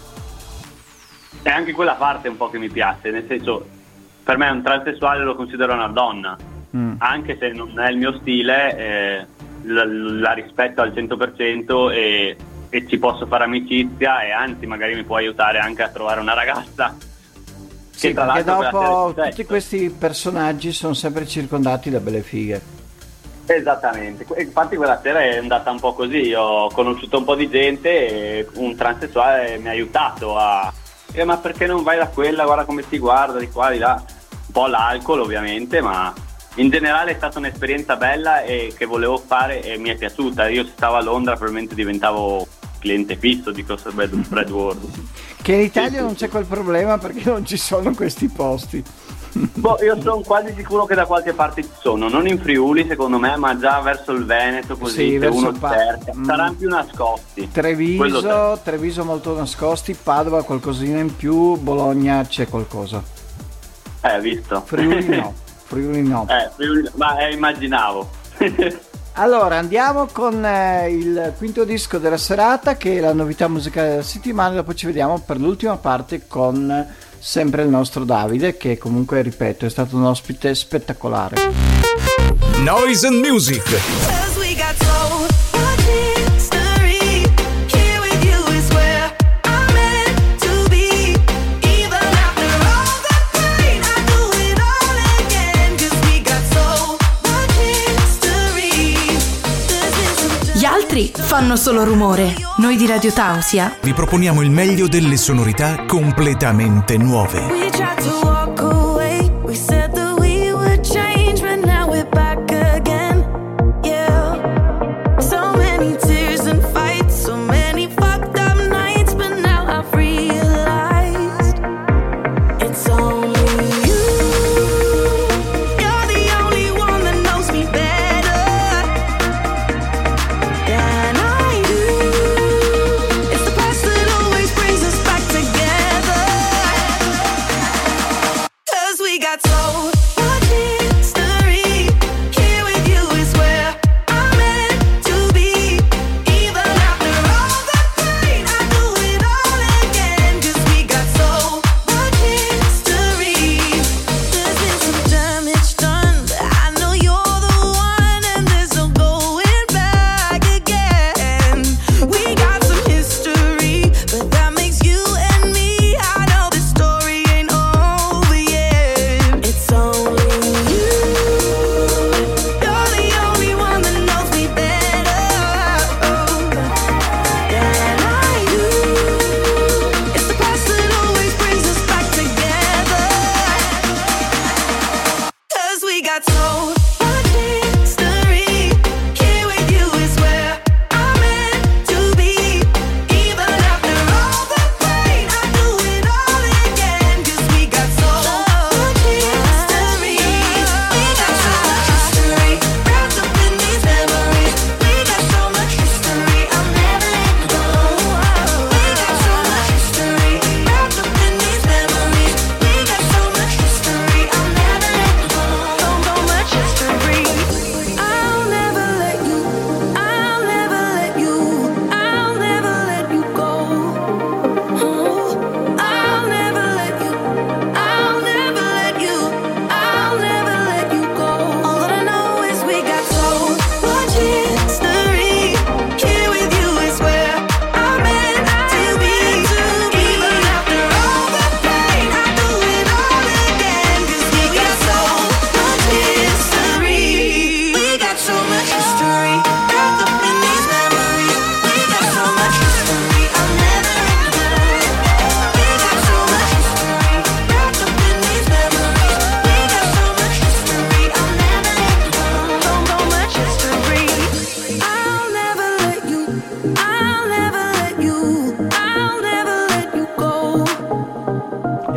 e anche quella parte un po' che mi piace, nel senso per me un transessuale lo considero una donna, Mm. anche se non è il mio stile, eh, la, la rispetto al cento per cento e, e ci posso fare amicizia e anzi magari mi può aiutare anche a trovare una ragazza. Sì, Che tra perché l'altro dopo quella sera- tutti questi personaggi sono sempre circondati da belle fighe. Esattamente, Que- infatti quella sera è andata un po' così, ho conosciuto un po' di gente e un transessuale mi ha aiutato a eh, ma perché non vai da quella, guarda come ti guarda di qua di là, un po' l'alcol ovviamente, ma in generale è stata un'esperienza bella e che volevo fare e mi è piaciuta. Io se stavo a Londra probabilmente diventavo cliente fisso di Crossbred World. Che in Italia non c'è quel problema perché non ci sono questi posti. Boh, io sono quasi sicuro che da qualche parte ci sono, non in Friuli secondo me, ma già verso il Veneto, così Sì, se verso uno Pa- cerca, mm. saranno più nascosti. Quello Treviso, sì. Treviso molto nascosti, Padova qualcosina in più, Bologna c'è qualcosa. Eh, visto. Friuli no, Friuli no. eh, Friuli, ma eh, immaginavo. Allora andiamo con eh, il quinto disco della serata, che è la novità musicale della settimana, dopo ci vediamo per l'ultima parte con sempre il nostro Davide, che comunque ripeto è stato un ospite spettacolare. Noise and Music. Cause we got so much history. Here with you is where I'm meant to be. Even after all the pain, I do it all again. Cause we got so much history. This is Gli altri fanno solo rumore. Noi di Radio Tausia Vi proponiamo il meglio delle sonorità completamente nuove. We tried to walk away. We said that we would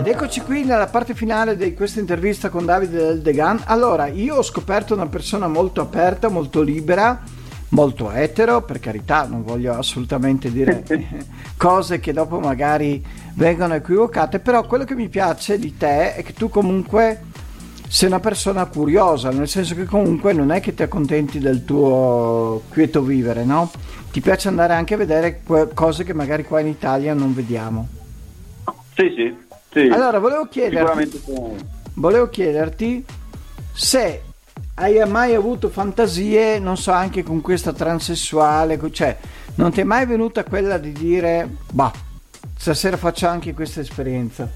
Ed eccoci qui nella parte finale di questa intervista con Davide Del Degan. Allora, io ho scoperto una persona molto aperta, molto libera, molto etero, per carità, non voglio assolutamente dire cose che dopo magari vengono equivocate, però quello che mi piace di te è che tu comunque sei una persona curiosa, nel senso che comunque non è che ti accontenti del tuo quieto vivere, no? Ti piace andare anche a vedere que- cose che magari qua in Italia non vediamo. Sì, sì, sì. Allora, volevo chiederti, volevo chiederti se hai mai avuto fantasie, non so, anche con questa transessuale, cioè non ti è mai venuta quella di dire, bah, stasera faccio anche questa esperienza?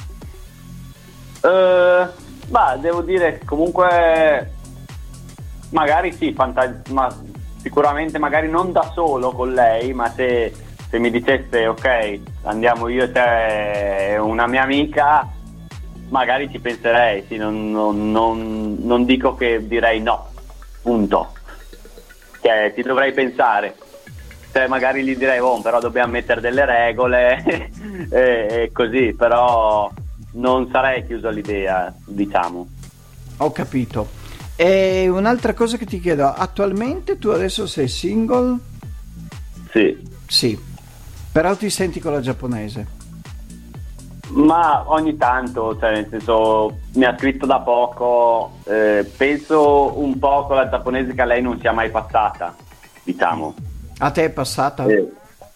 Uh, bah, devo dire comunque magari sì, fanta- ma sicuramente magari non da solo con lei, ma se, se mi dicesse ok, andiamo io e te e una mia amica, magari ci penserei, sì, non, non, non, non dico che direi no, punto. Cioè, ci dovrei pensare. Cioè, magari gli direi, oh, però dobbiamo mettere delle regole e, e così, però non sarei chiuso all'idea, diciamo. Ho capito. E un'altra cosa che ti chiedo, attualmente tu adesso sei single? Sì. Sì, però ti senti con la giapponese? Ma ogni tanto, cioè nel senso, mi ha scritto da poco, eh, penso un po' con la giapponese che a lei non sia mai passata, diciamo. A te è passata? Eh.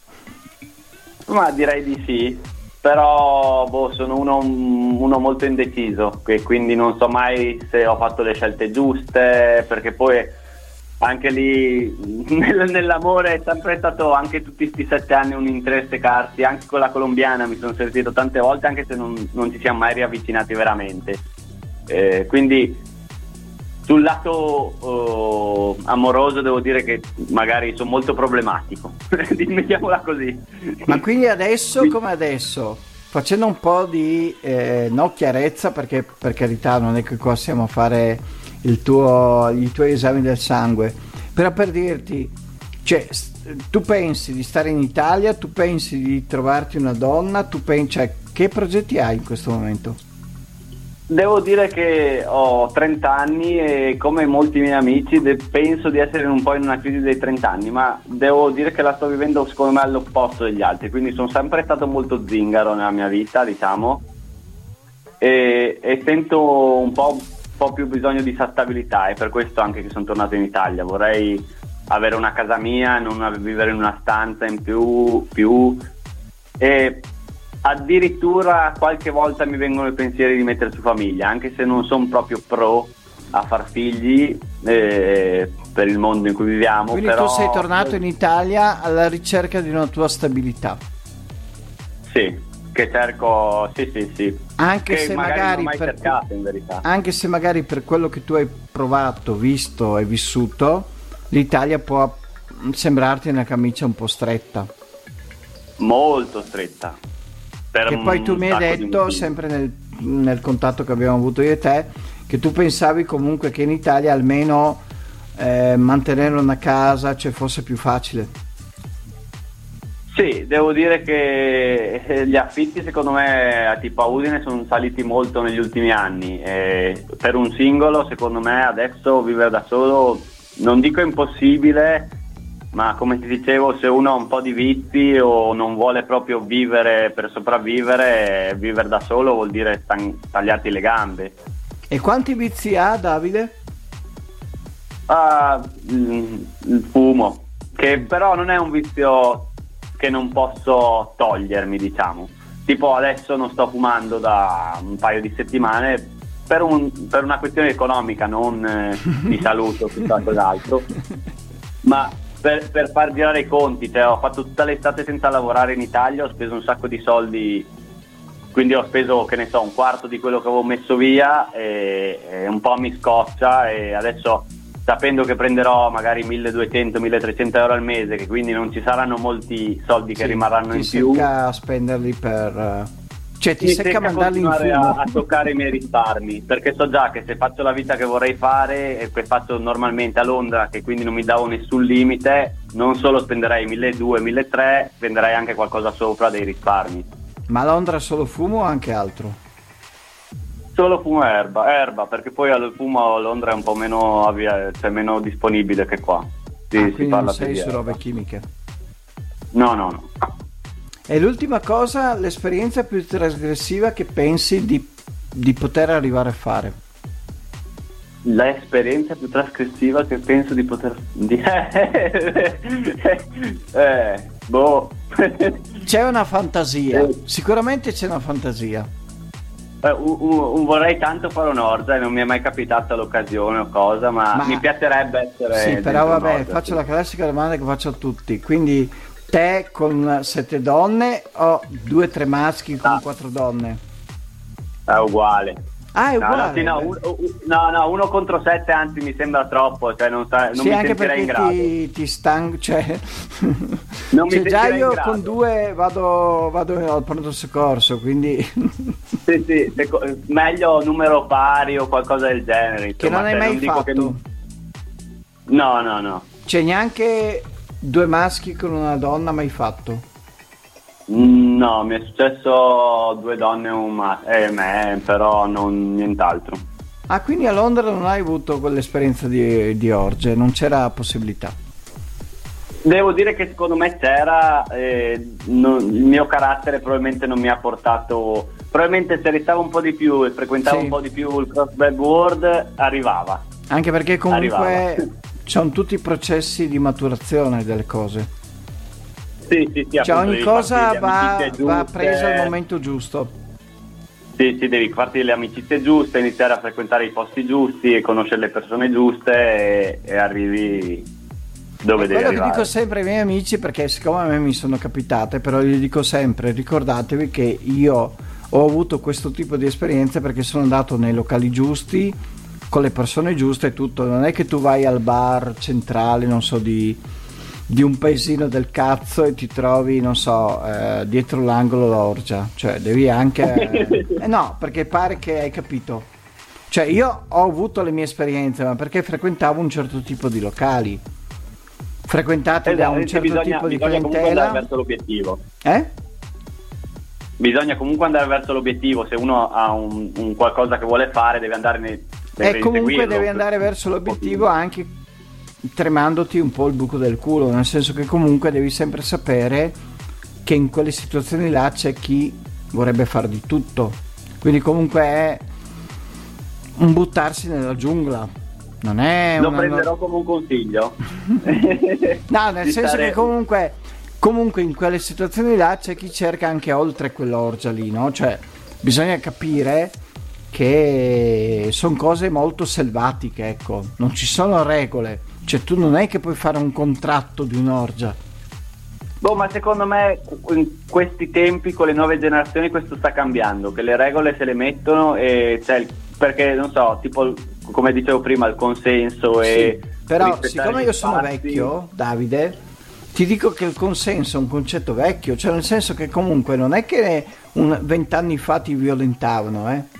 Ma direi di sì, però boh, sono uno, uno molto indeciso, e quindi non so mai se ho fatto le scelte giuste, perché poi anche lì nel, nell'amore è sempre stato, anche tutti questi sette anni, un interessecarsi. Anche con la colombiana mi sono sentito tante volte, anche se non, non ci siamo mai riavvicinati veramente, eh, quindi sul lato uh, amoroso devo dire che magari sono molto problematico, mettiamola così. Ma quindi adesso come adesso, facendo un po' di eh, no chiarezza, perché per carità non è che qua siamo a fare il tuo, i tuoi esami del sangue, però per dirti, cioè, tu pensi di stare in Italia, tu pensi di trovarti una donna, tu pensi, cioè, che progetti hai in questo momento? Devo dire che ho trenta anni e come molti miei amici de- penso di essere un po' in una crisi dei trenta anni, ma devo dire che la sto vivendo secondo me all'opposto degli altri, quindi sono sempre stato molto zingaro nella mia vita, diciamo, e, e sento un po', un po' più bisogno di stabilità, e per questo anche che sono tornato in Italia. Vorrei avere una casa mia, non vivere in una stanza in più, più e addirittura qualche volta mi vengono i pensieri di mettere su famiglia, anche se non sono proprio pro a far figli eh, per il mondo in cui viviamo. Quindi però tu sei tornato in Italia alla ricerca di una tua stabilità? Sì, che cerco, sì sì sì. Anche che se magari, magari non ho mai per, cercato, in verità. Anche se magari per quello che tu hai provato, visto e vissuto, l'Italia può sembrarti una camicia un po' stretta. Molto stretta. Per Che poi tu mi hai detto, sempre nel, nel contatto che abbiamo avuto io e te, che tu pensavi comunque che in Italia almeno eh, mantenere una casa, cioè, fosse più facile. Sì, devo dire che gli affitti secondo me tipo a Udine sono saliti molto negli ultimi anni, e per un singolo secondo me adesso vivere da solo, non dico impossibile, ma come ti dicevo, se uno ha un po' di vizi o non vuole proprio vivere per sopravvivere, vivere da solo vuol dire stan- tagliarti le gambe. E quanti vizi ha Davide? Ah, il, il fumo, che però non è un vizio che non posso togliermi, diciamo. Tipo adesso non sto fumando da un paio di settimane per, un, per una questione economica, non eh, di salute o tutto d'altro, ma per, per far girare i conti. Cioè, ho fatto tutta l'estate senza lavorare in Italia, ho speso un sacco di soldi, quindi ho speso, che ne so, un quarto di quello che avevo messo via, e, e un po' mi scoccia, e adesso, sapendo che prenderò magari milleduecento milletrecento euro al mese, che quindi non ci saranno molti soldi che sì, rimarranno in ti più, secca a spenderli per... Cioè ti mi secca secca mandarli in continuare fumo. a, a toccare i miei risparmi, perché so già che se faccio la vita che vorrei fare e che faccio normalmente a Londra, che quindi non mi davo nessun limite, non solo spenderei milleduecento milletrecento, spenderei anche qualcosa sopra dei risparmi. Ma a Londra solo fumo o anche altro? Solo fumo erba, erba, perché poi il fumo a Londra è un po' meno, avvia- cioè meno disponibile che qua. Sì, ah, si quindi parla non sei più di su erba. robe chimiche. No, no, no. E l'ultima cosa, l'esperienza più trasgressiva che pensi di, di poter arrivare a fare? L'esperienza più trasgressiva che penso di poter... Di... eh, boh. C'è una fantasia, sicuramente c'è una fantasia. Eh, un, un, un vorrei tanto fare un'orgia e non mi è mai capitata l'occasione o cosa, ma, Ma- mi piacerebbe essere... Sì, però dentro vabbè, un'orgia, faccio sì. la classica domanda che faccio a tutti. Quindi te con sette donne o due o tre maschi con Ah. quattro donne? È uguale. Ah, è No, uguale. no, sì, no, un- un- no, no, uno contro sette anzi mi sembra troppo, cioè non, sa- non Sì, mi anche sentirei in perché grado. ti, ti stanco, cioè, Non mi cioè già sentirei in io grado. con due vado, vado al pronto soccorso, quindi Sì, sì, seco- meglio numero pari o qualcosa del genere. che Insomma, non hai cioè, mai dico fatto. che mi- No, no, no. C'è neanche due maschi con una donna mai fatto. Mm, No, mi è successo due donne e un ma- e me, però non nient'altro. Ah, quindi a Londra non hai avuto quell'esperienza di, di orge, non c'era possibilità. Devo dire che secondo me c'era, eh, non- il mio carattere probabilmente non mi ha portato, probabilmente se restavo un po' di più e frequentavo Sì. un po' di più il crossbred world arrivava. Anche perché comunque Arrivava. sono tutti i processi di maturazione delle cose. Sì, sì, sì, Cioè appunto, ogni devi cosa farti le va, amicizie va giuste. presa al momento giusto. Sì, sì, devi farti le amicizie giuste, iniziare a frequentare i posti giusti e conoscere le persone giuste e, e arrivi dove E devi quello che arrivare. dico sempre ai miei amici, perché siccome a me mi sono capitate, però gli dico sempre, ricordatevi che io ho avuto questo tipo di esperienze perché sono andato nei locali giusti, con le persone giuste e tutto. Non è che tu vai al bar centrale, non so, di, di un paesino del cazzo e ti trovi, non so, eh, dietro l'angolo l'orgia. Cioè devi anche... eh, no, perché pare che hai capito. Cioè io ho avuto le mie esperienze, ma perché frequentavo un certo tipo di locali. Frequentati da Esatto, un sì, certo bisogna, tipo di bisogna comunque andare clientela. verso l'obiettivo. Eh? Bisogna comunque andare verso l'obiettivo. Se uno ha un, un qualcosa che vuole fare, deve andare nei, deve E comunque inseguirlo. devi andare verso l'obiettivo anche tremandoti un po' il buco del culo, nel senso che comunque devi sempre sapere che in quelle situazioni là c'è chi vorrebbe fare di tutto. Quindi comunque è un buttarsi nella giungla. Non è Lo una... prenderò come un consiglio. No, nel Di senso stare- che comunque, comunque in quelle situazioni là c'è chi cerca anche oltre quell'orgia lì, no? Cioè bisogna capire che sono cose molto selvatiche, ecco, non ci sono regole, cioè tu non è che puoi fare un contratto di un'orgia. Boh, ma secondo me in questi tempi con le nuove generazioni questo sta cambiando, che le regole se le mettono e c'è il- perché non so, tipo come dicevo prima il consenso e Sì, però rispettare siccome gli io sono spazi. vecchio, Davide, ti dico che il consenso è un concetto vecchio, cioè nel senso che comunque non è che un vent'anni fa ti violentavano, eh.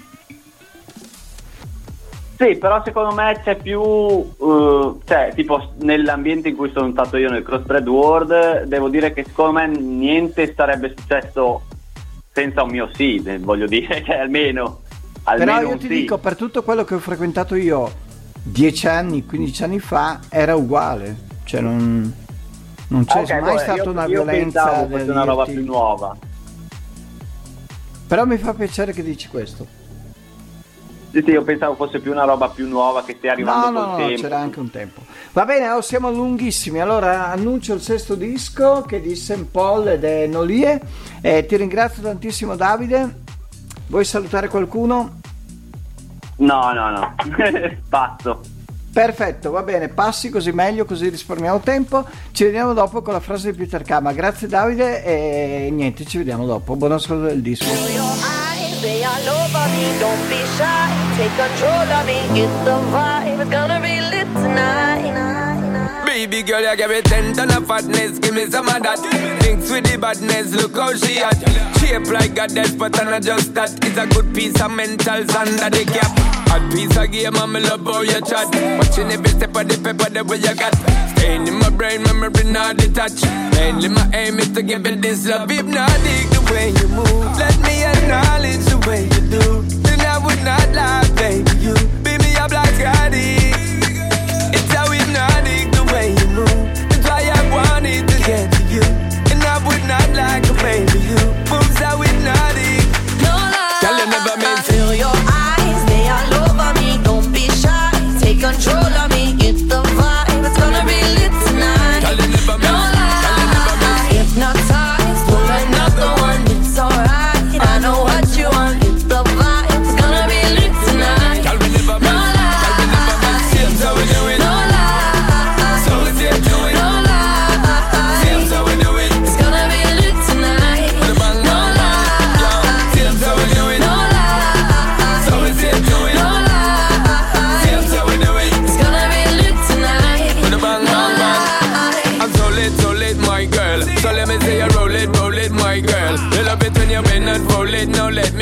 Sì, però secondo me c'è più, uh, cioè tipo nell'ambiente in cui sono stato io nel Crossbred World, devo dire che secondo me niente sarebbe successo senza un mio sì, eh, voglio dire, cioè almeno, almeno Però io un ti sì. dico, per tutto quello che ho frequentato io dieci anni, quindici anni fa, era uguale, cioè non, non c'è Ok, mai vabbè, stata io, una io violenza pensavo del fosse una roba dirti- più nuova. Però mi fa piacere che dici questo. Sì, sì, io pensavo fosse più una roba più nuova che stia arrivando No, no, col no, tempo. c'era anche un tempo. Va bene, oh, siamo lunghissimi. Allora annuncio il sesto disco che è di Saint Paul ed è Nolie. Eh, ti ringrazio tantissimo, Davide. Vuoi salutare qualcuno? No, no, no, passo. Perfetto, va bene, passi così meglio, così risparmiamo tempo. Ci vediamo dopo con la frase di Peter Kama. Grazie Davide e niente, ci vediamo dopo. Buon ascolto del disco. Say I love me, don't be shy. Take control of me, get the vibe. It's gonna be lit tonight. Baby girl, you give me ten ton of fatness, give me some of that. Mix with the badness, look how she hot. Shape like goddess, but I'm not just that. It's a good piece of mentals under the cap. A piece of game, I'm love how you chat. Watching every step of the paper, the way you got. Staying in my brain, memory not detached. Mainly my aim is to give it this love. If not, dig the way you move. Let me acknowledge the way you do. Then I would not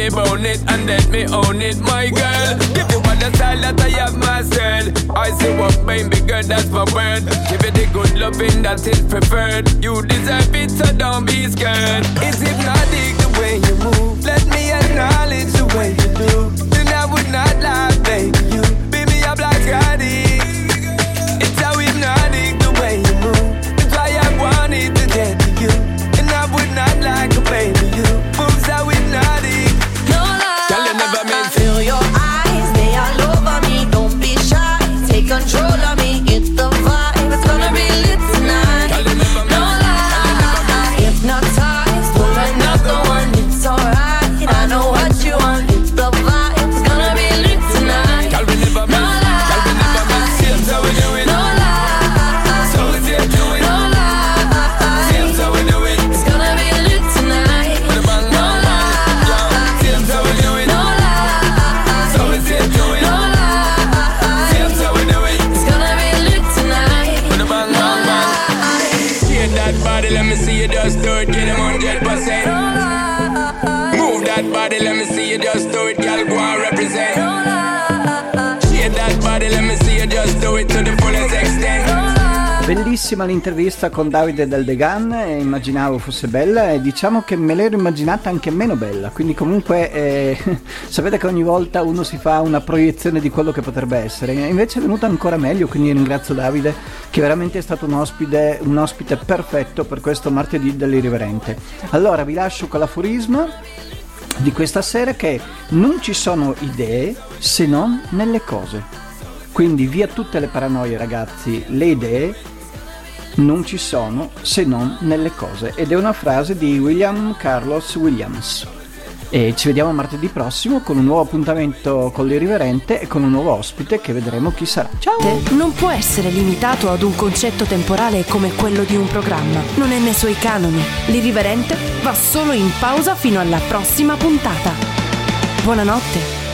me bone it and let me own it, my girl. Give you all the style that I have mastered. I say what baby girl, that's my word. Give you the good loving that is preferred. You deserve it, so don't be scared. It's hypnotic the way you move. Let me acknowledge the way you do. Then I would not lie, baby. You beat me up like Scotty. It's how hypnotic the way you move. That's why I wanted to get to you. And I would not like a baby. You moves how hypnotic. No lie. Girl, you never meant feel your eyes. They all over me. Don't be shy. Take control of me. It's the vibe. It's gonna be lit tonight. No lie. Hypnotized. Pull another one. It's alright. I know what you want. It's the vibe. It's gonna be lit tonight. No lie. Seems how we do it. No lie. So we say do it. No lie. Seems how we do it. It's gonna be lit tonight. With a bang, No bang, bang. lie. Seems how we do it. No lie. So we say do it. No lie. Seems how we do it. It's gonna be lit tonight. With a bang, bang, bang. Shake that body, let me see you just do it. Get them one hundred percent. Move that body, let me see you just do it. Girl, go and represent. Shake that body, let me see you just do it to the fullest extent. Bellissima l'intervista con Davide Del Degan, e immaginavo fosse bella e diciamo che me l'ero immaginata anche meno bella, quindi comunque eh, sapete che ogni volta uno si fa una proiezione di quello che potrebbe essere, e invece è venuta ancora meglio, quindi ringrazio Davide che veramente è stato un ospite, un ospite perfetto per questo martedì dell'Irriverente. Allora vi lascio con l'aforisma di questa sera, che non ci sono idee se non nelle cose, quindi via tutte le paranoie ragazzi, le idee non ci sono se non nelle cose, ed è una frase di William Carlos Williams. E ci vediamo martedì prossimo con un nuovo appuntamento con l'Irriverente e con un nuovo ospite che vedremo chi sarà. Ciao! Non può essere limitato ad un concetto temporale come quello di un programma. Non è nei suoi canoni. L'Irriverente va solo in pausa fino alla prossima puntata. Buonanotte.